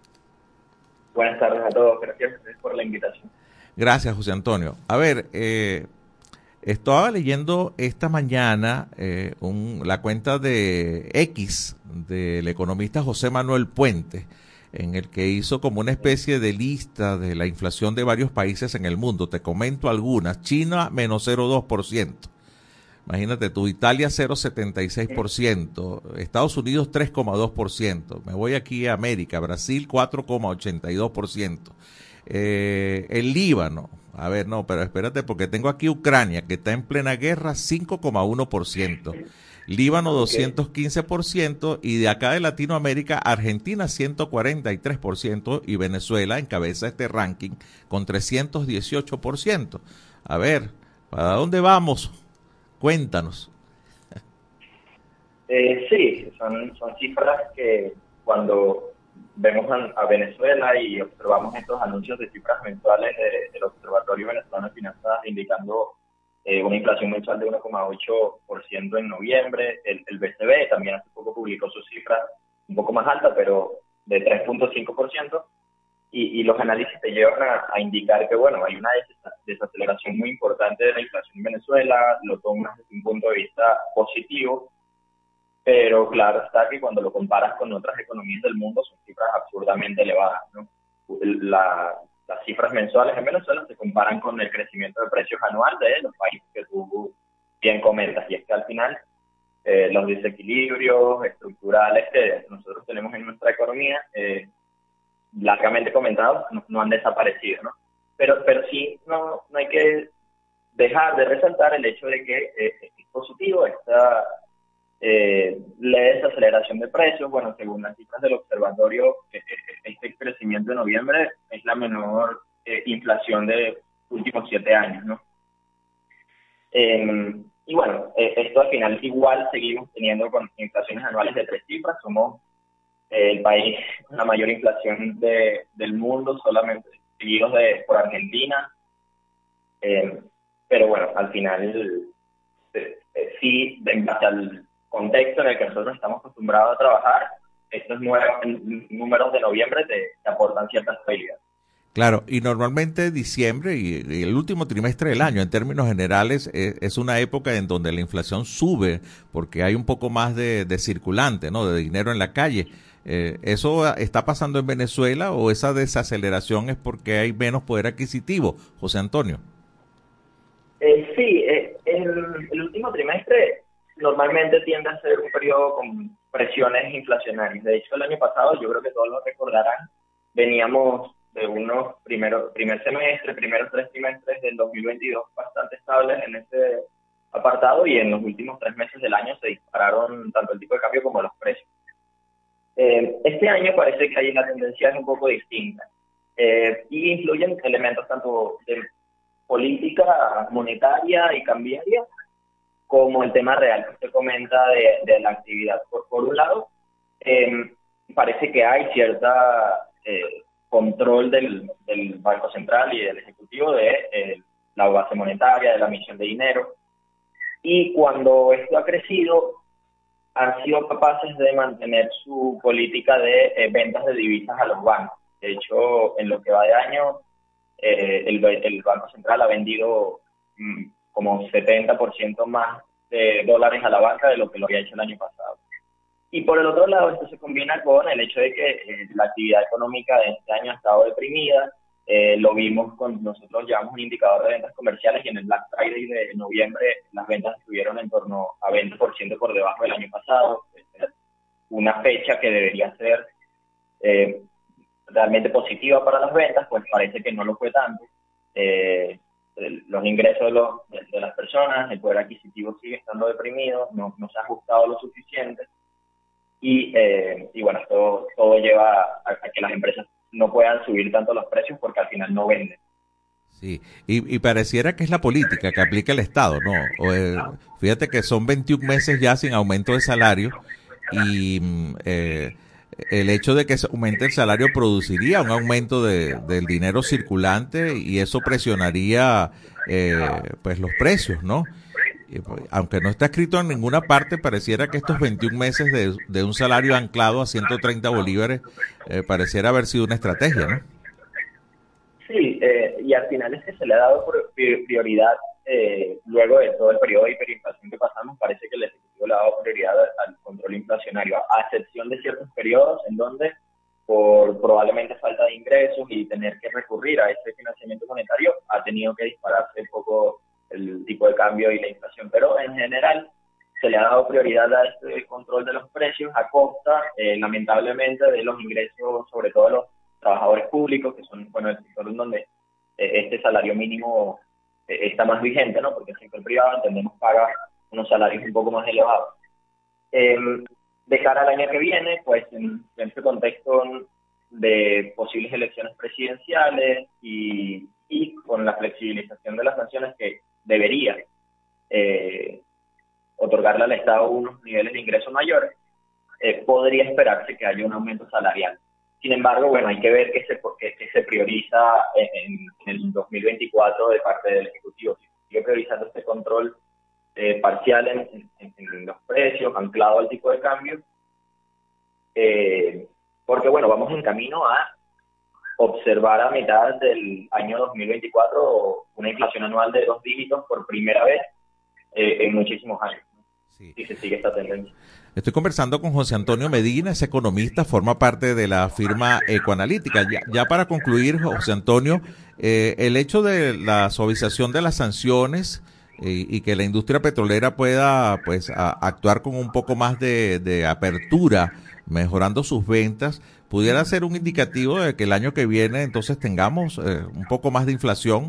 Buenas tardes a todos. Gracias por la invitación. Gracias, José Antonio. A ver, eh, estaba leyendo esta mañana eh, un, la cuenta de X del economista José Manuel Puente, en el que hizo como una especie de lista de la inflación de varios países en el mundo. Te comento algunas. China, menos cero coma dos por ciento. Imagínate tú, Italia, cero coma setenta y seis por ciento. Estados Unidos, tres coma dos por ciento. Me voy aquí a América. Brasil, cuatro coma ochenta y dos por ciento. Eh, el Líbano, a ver, no, pero espérate, porque tengo aquí Ucrania, que está en plena guerra, cinco coma uno por ciento. Líbano, doscientos quince por ciento, y de acá de Latinoamérica, Argentina, ciento cuarenta y tres por ciento, y Venezuela encabeza este ranking con trescientos dieciocho por ciento. A ver, ¿para dónde vamos? Cuéntanos. Eh, sí, son, son cifras que cuando vemos a, a Venezuela y observamos estos anuncios de cifras mensuales de, del Observatorio Venezolano de Finanzas indicando eh, una inflación mensual de uno coma ocho por ciento en noviembre. El, el B C B también hace poco publicó sus cifras un poco más altas, pero de tres punto cinco por ciento. Y, y los análisis te llevan a, a indicar que, bueno, hay una des- desaceleración muy importante de la inflación en Venezuela, lo tomas desde un punto de vista positivo, pero claro está que cuando lo comparas con otras economías del mundo son cifras absurdamente elevadas, ¿no? La, las cifras mensuales en Venezuela se comparan con el crecimiento de precios anual de los países que tú bien comentas, y es que al final eh, los desequilibrios estructurales que nosotros tenemos en nuestra economía, eh, largamente comentados, no, no han desaparecido, ¿no? Pero, pero sí no, no hay que dejar de resaltar el hecho de que eh, es positivo esta eh, leve desaceleración de precios. Bueno, según las cifras del observatorio, eh, este crecimiento de noviembre es la menor eh, inflación de los últimos siete años, ¿no? Eh, y bueno, eh, esto al final igual seguimos teniendo con inflaciones anuales de tres cifras. Somos el país con la mayor inflación de, del mundo, solamente seguidos de, por Argentina. Eh, pero bueno, al final, eh, eh, sí, en base al contexto en el que nosotros estamos acostumbrados a trabajar, estos nuevos números de noviembre te, te aportan ciertas estabilidad. Claro, y normalmente diciembre y, y el último trimestre del año, en términos generales, es, es una época en donde la inflación sube porque hay un poco más de, de circulante, ¿no? De dinero en la calle. Eh, ¿Eso está pasando en Venezuela o esa desaceleración es porque hay menos poder adquisitivo, José Antonio? Eh, sí, eh, el, el último trimestre normalmente tiende a ser un periodo con presiones inflacionarias. De hecho, el año pasado, yo creo que todos lo recordarán, veníamos de unos primeros primer semestre, primeros tres trimestres del dos mil veintidós bastante estables en este apartado, y en los últimos tres meses del año se dispararon tanto el tipo de cambio como los precios. Eh, este año parece que hay una tendencia un poco distinta eh, y influyen elementos tanto de política monetaria y cambiaria como el tema real que usted comenta de, de la actividad. Por, por un lado, eh, parece que hay cierta eh, control del, del Banco Central y del Ejecutivo de eh, la base monetaria, de la emisión de dinero. Y cuando esto ha crecido, han sido capaces de mantener su política de eh, ventas de divisas a los bancos. De hecho, en lo que va de año, eh, el, el Banco Central ha vendido mm, como setenta por ciento más de dólares a la banca de lo que lo había hecho el año pasado. Y por el otro lado, esto se combina con el hecho de que eh, la actividad económica de este año ha estado deprimida. Eh, lo vimos con, nosotros llevamos un indicador de ventas comerciales y en el Black Friday de noviembre las ventas estuvieron en torno a veinte por ciento por debajo del año pasado. Una fecha que debería ser eh, realmente positiva para las ventas, pues parece que no lo fue tanto. Eh, los ingresos de, los, de, de las personas, el poder adquisitivo sigue estando deprimido, no, no se ha ajustado lo suficiente. Y, eh, y bueno, todo, todo lleva a, a que las empresas no puedan subir tanto los precios porque al final no venden. Sí, y, y pareciera que es la política que aplica el Estado, ¿no? O, eh, fíjate que son veintiún meses ya sin aumento de salario y eh, el hecho de que se aumente el salario produciría un aumento de, del dinero circulante y eso presionaría eh, pues los precios, ¿no? Aunque no está escrito en ninguna parte, pareciera que estos veintiún meses de, de un salario anclado a ciento treinta bolívares eh, pareciera haber sido una estrategia, ¿no? Sí, eh, y al final es que se le ha dado prioridad, eh, luego de todo el periodo de hiperinflación que pasamos, parece que el Ejecutivo le ha dado prioridad al control inflacionario, a excepción de ciertos periodos en donde, por probablemente falta de ingresos y tener que recurrir a ese financiamiento monetario, ha tenido que dispararse un poco el tipo de cambio y la inflación, pero en general se le ha dado prioridad a este control de los precios a costa, eh, lamentablemente, de los ingresos, sobre todo de los trabajadores públicos, que son, bueno, el sector en donde eh, este salario mínimo eh, está más vigente, ¿no? Porque el sector privado, entendemos, paga unos salarios un poco más elevados. Eh, de cara al año que viene, pues en, en este contexto de posibles elecciones presidenciales y, y con la flexibilización de las sanciones que debería eh, otorgarle al Estado unos niveles de ingresos mayores, eh, podría esperarse que haya un aumento salarial. Sin embargo, bueno, hay que ver qué se, qué, qué se prioriza en, en el dos mil veinticuatro de parte del Ejecutivo. Si sigue priorizando este control eh, parcial en, en, en los precios, anclado al tipo de cambio, eh, porque, bueno, vamos en camino a observar a mitad del año dos mil veinticuatro una inflación anual de dos dígitos por primera vez eh, en muchísimos años. Sí. Y se sigue esta tendencia. Estoy conversando con José Antonio Medina, es economista, forma parte de la firma Ecoanalítica. Ya, ya para concluir, José Antonio, eh, el hecho de la suavización de las sanciones eh, y que la industria petrolera pueda pues a, actuar con un poco más de, de apertura, mejorando sus ventas, pudiera ser un indicativo de que el año que viene entonces tengamos eh, un poco más de inflación.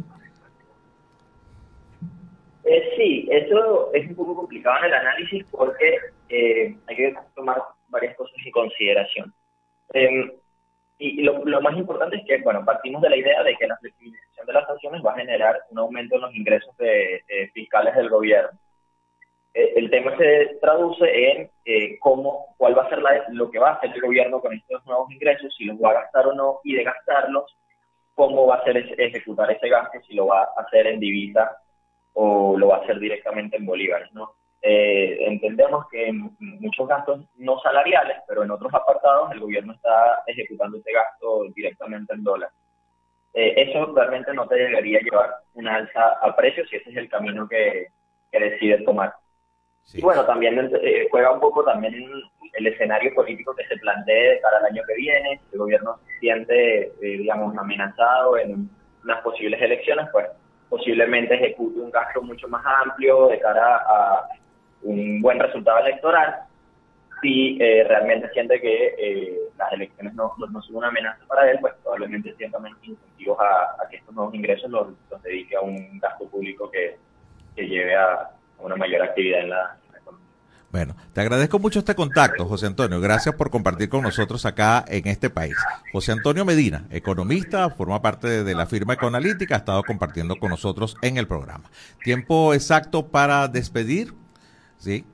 Eh, sí, eso es un poco complicado en el análisis porque eh, hay que tomar varias cosas en consideración. Eh, y lo, lo más importante es que, bueno, partimos de la idea de que la flexibilización de las sanciones va a generar un aumento en los ingresos de, de fiscales del gobierno. Eh, el tema se traduce en eh, cómo, cuál va a ser la, lo que va a hacer el gobierno con estos nuevos ingresos, si los va a gastar o no, y de gastarlos, cómo va a hacer ese, ejecutar ese gasto, si lo va a hacer en divisa o lo va a hacer directamente en bolívares, ¿no? Eh, entendemos que en muchos gastos no salariales, pero en otros apartados el gobierno está ejecutando ese gasto directamente en dólares. Eh, eso realmente no te debería llevar una alza a precios si ese es el camino que, que decides tomar. Sí. Y bueno, también eh, juega un poco también el escenario político que se plantee de cara al año que viene. Si el gobierno se siente, eh, digamos, amenazado en unas posibles elecciones, pues posiblemente ejecute un gasto mucho más amplio de cara a un buen resultado electoral. Si eh, realmente siente que eh, las elecciones no, no, no son una amenaza para él, pues probablemente sienta menos incentivos a, a que estos nuevos ingresos los, los dedique a un gasto público que, que lleve a, a una mayor actividad en la, en la economía. Bueno, te agradezco mucho este contacto, José Antonio. Gracias por compartir con nosotros acá en este país. José Antonio Medina, economista, forma parte de, de la firma Ecoanalítica, ha estado compartiendo con nosotros en el programa. Tiempo exacto para despedir, ¿sí?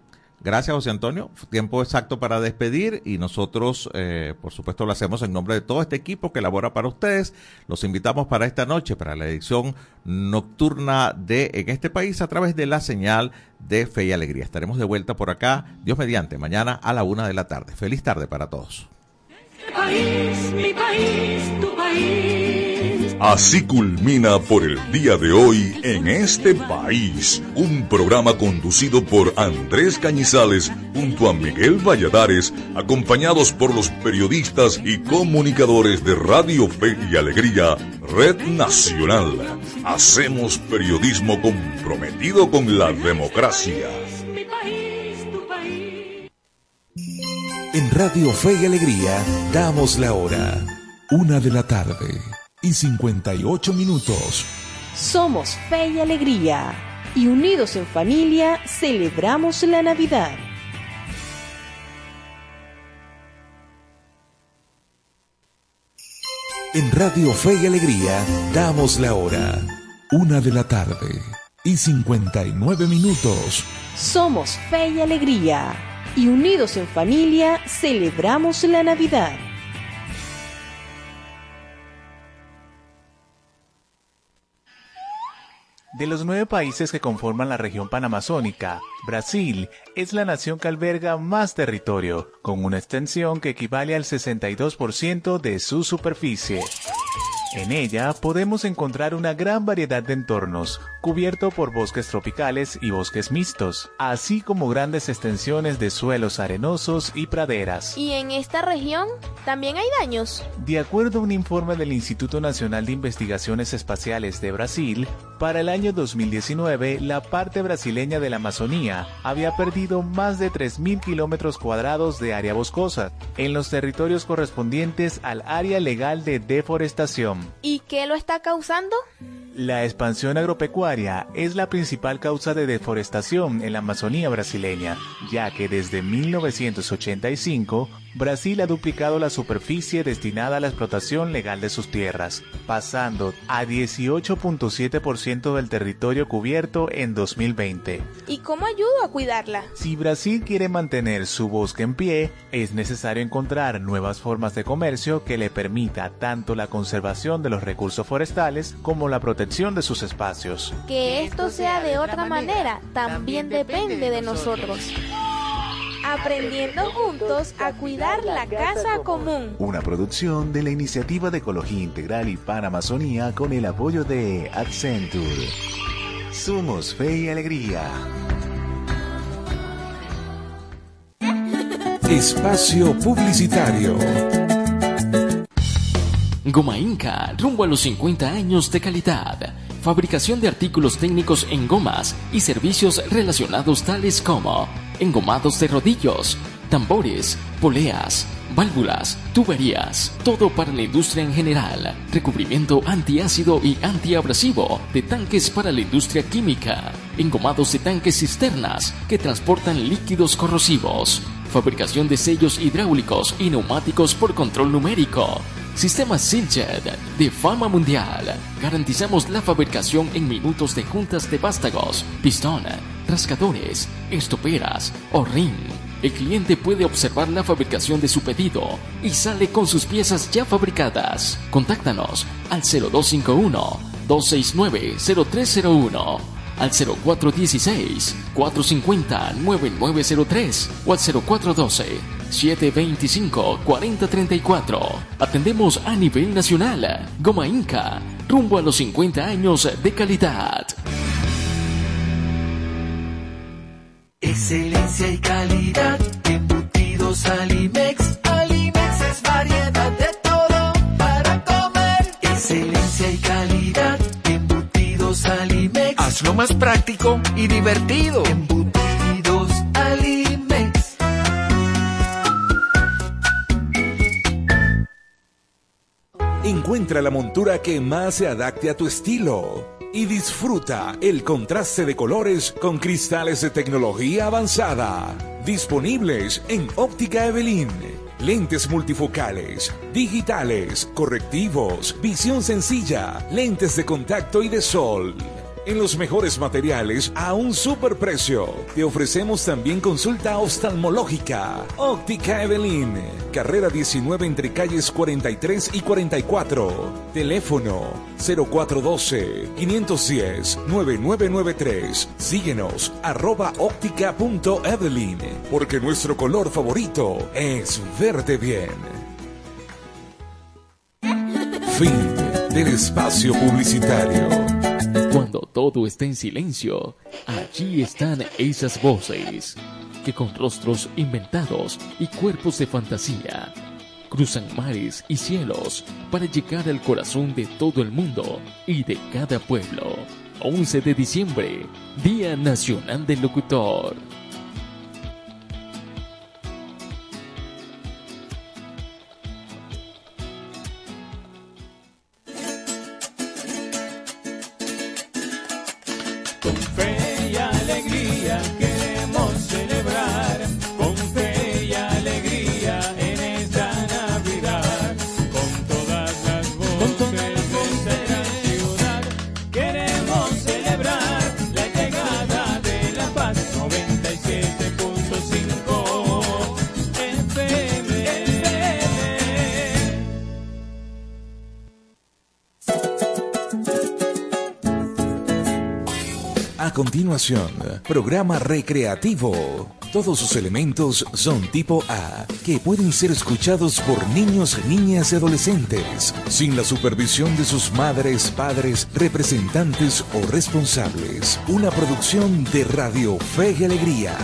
Gracias, José Antonio. Tiempo exacto para despedir y nosotros, eh, por supuesto, lo hacemos en nombre de todo este equipo que elabora para ustedes. Los invitamos para esta noche, para la edición nocturna de En este País a través de la señal de Fe y Alegría. Estaremos de vuelta por acá, Dios mediante, mañana a la una de la tarde. Feliz tarde para todos. Mi país, mi país, tu país. Así culmina por el día de hoy En este País, un programa conducido por Andrés Cañizales junto a Miguel Valladares, acompañados por los periodistas y comunicadores de Radio Fe y Alegría, Red Nacional. Hacemos periodismo comprometido con la democracia. Mi país, tu país. En Radio Fe y Alegría damos la hora, una de la tarde y cincuenta y ocho minutos. Somos Fe y Alegría y unidos en familia celebramos la Navidad. En Radio Fe y Alegría damos la hora, una de la tarde y cincuenta y nueve minutos. Somos Fe y Alegría y unidos en familia celebramos la Navidad. De los nueve países que conforman la región panamazónica, Brasil es la nación que alberga más territorio, con una extensión que equivale al sesenta y dos por ciento de su superficie. En ella podemos encontrar una gran variedad de entornos, cubierto por bosques tropicales y bosques mixtos, así como grandes extensiones de suelos arenosos y praderas. ¿Y en esta región también hay daños? De acuerdo a un informe del Instituto Nacional de Investigaciones Espaciales de Brasil, para el año dos mil diecinueve, la parte brasileña de la Amazonía había perdido más de tres mil kilómetros cuadrados de área boscosa, en los territorios correspondientes al área legal de deforestación. ¿Y qué lo está causando? La expansión agropecuaria es la principal causa de deforestación en la Amazonía brasileña, ya que desde mil novecientos ochenta y cinco, Brasil ha duplicado la superficie destinada a la explotación legal de sus tierras, pasando a dieciocho punto siete por ciento del territorio cubierto en dos mil veinte. ¿Y cómo ayudo a cuidarla? Si Brasil quiere mantener su bosque en pie, es necesario encontrar nuevas formas de comercio que le permita tanto la conservación de los recursos forestales como la protección de sus espacios. Que esto sea de otra manera también depende de nosotros. Aprendiendo juntos a cuidar la casa común. Una producción de la Iniciativa de Ecología Integral y Panamazonía con el apoyo de Accenture. Somos Fe y Alegría. Espacio Publicitario. Goma Inca, rumbo a los cincuenta años de calidad. Fabricación de artículos técnicos en gomas y servicios relacionados tales como engomados de rodillos, tambores, poleas, válvulas, tuberías, todo para la industria en general, recubrimiento antiácido y antiabrasivo de tanques para la industria química, engomados de tanques cisternas que transportan líquidos corrosivos, fabricación de sellos hidráulicos y neumáticos por control numérico, Sistema Siljet de fama mundial. Garantizamos la fabricación en minutos de juntas de vástagos, pistón, rascadores, estoperas o ring. El cliente puede observar la fabricación de su pedido y sale con sus piezas ya fabricadas. Contáctanos al cero dos cinco uno, dos seis nueve, cero tres cero uno, al cero cuatro uno seis, cuatro cinco cero, nueve nueve cero tres o al cero cuatro uno dos, siete dos cinco, cuatro cero tres cuatro. Atendemos a nivel nacional. Goma Inca, rumbo a los cincuenta años de calidad. Excelencia y calidad, embutidos Alimex. Alimex es variedad de todo para comer. Excelencia y calidad, embutidos Alimex. Hazlo más práctico y divertido. Embutidos Alimex. Encuentra la montura que más se adapte a tu estilo y disfruta el contraste de colores con cristales de tecnología avanzada. Disponibles en Óptica Evelyn. Lentes multifocales, digitales, correctivos, visión sencilla, lentes de contacto y de sol. en los mejores materiales a un superprecio. Te ofrecemos también consulta oftalmológica. Óptica Evelyn, carrera diecinueve entre calles cuarenta y tres y cuarenta y cuatro. Teléfono cero cuatro uno dos, cinco uno cero, nueve nueve nueve tres. Síguenos arroba óptica punto evelyn, porque nuestro color favorito es verte bien. Fin del espacio publicitario. Cuando todo está en silencio, allí están esas voces que con rostros inventados y cuerpos de fantasía cruzan mares y cielos para llegar al corazón de todo el mundo y de cada pueblo. once de diciembre, Día Nacional del Locutor. Con fe y alegría queremos celebrar, con fe y alegría en esta Navidad, con todas las voces de esta ciudad, queremos celebrar la llegada de La Paz. Noventa y siete punto cinco F M. A continuación, programa recreativo. Todos sus elementos son tipo A, que pueden ser escuchados por niños, niñas y adolescentes, sin la supervisión de sus madres, padres, representantes o responsables. Una producción de Radio Fe y Alegría.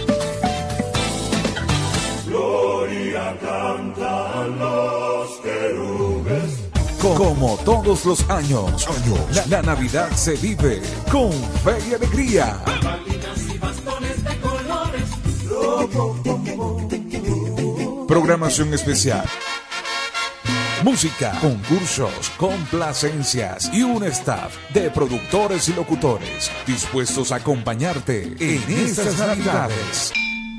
Gloria cantan los querubes. Como todos los años, la, la Navidad se vive con fe y alegría. Programación especial, música, concursos, complacencias y un staff de productores y locutores dispuestos a acompañarte en estas Navidades.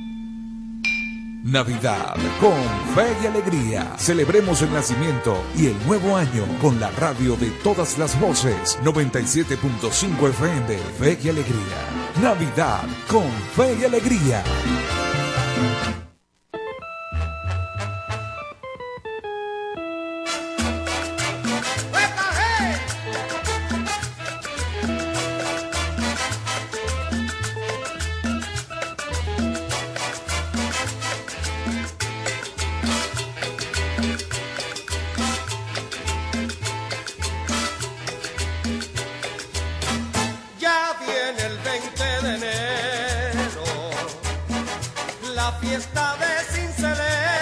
Navidad con fe y alegría. Celebremos el nacimiento y el nuevo año con la radio de todas las voces. noventa y siete punto cinco F M. Fe y alegría. Navidad con fe y alegría. Ya viene el veinte de enero, la fiesta de Sincelejo,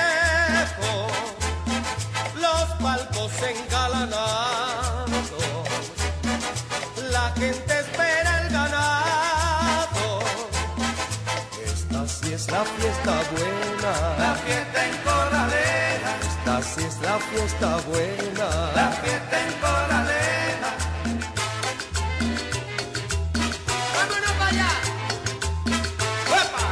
los palcos engalanados, la gente espera el ganado. Esta sí es la fiesta buena, la fiesta en Corralera. Esta sí es la fiesta buena, la fiesta en Corralera. ¡Vámonos para allá! ¡Uepa!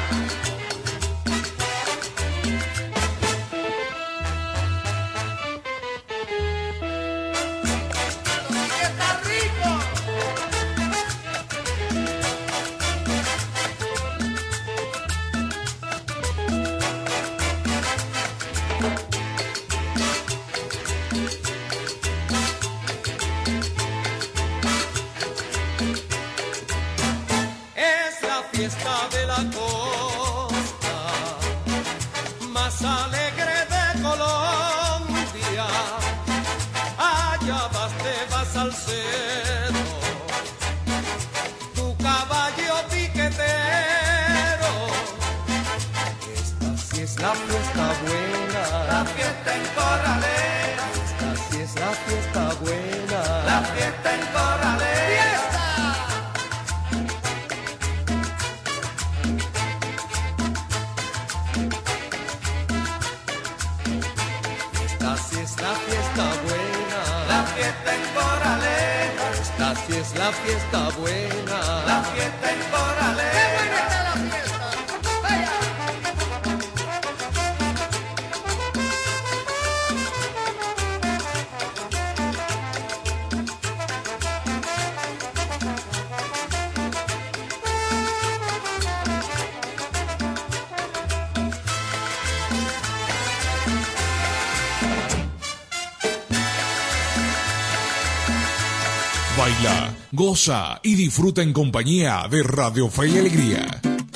¡Que está rico! Es la fiesta de la costa más alegre de Colombia. Allá vas, te vas al cerro, tu caballo piquetero. Esta sí es la fiesta buena, la fiesta en Corralera. Esta sí es la fiesta buena, la fiesta en Corralera. Esta sí es la fiesta buena, la fiesta en Corralera. Esta sí es la fiesta buena, la fiesta en Corralera. ¡Qué buena está la fiesta! ¡Vaya! Baila, goza y disfruta en compañía de Radio Fe y Alegría.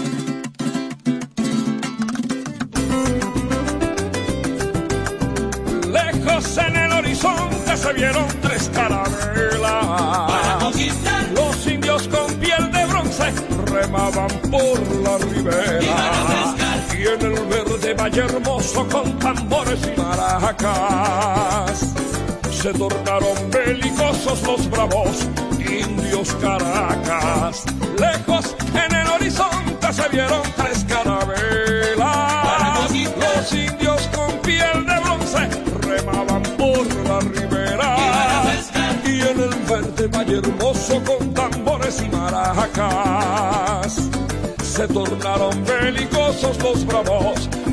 Lejos en el horizonte se vieron tres carabelas. Para conquistar. Los indios con piel de bronce remaban por la ribera. Y en el verde valle hermoso con tambores y maracas se tornaron belicosos los bravos indios Caracas. Lejos en el horizonte se vieron tres carabelas. Los indios con piel de bronce remaban por la ribera. Y en el verde valle hermoso con tambores y maracas se tornaron belicosos los bravos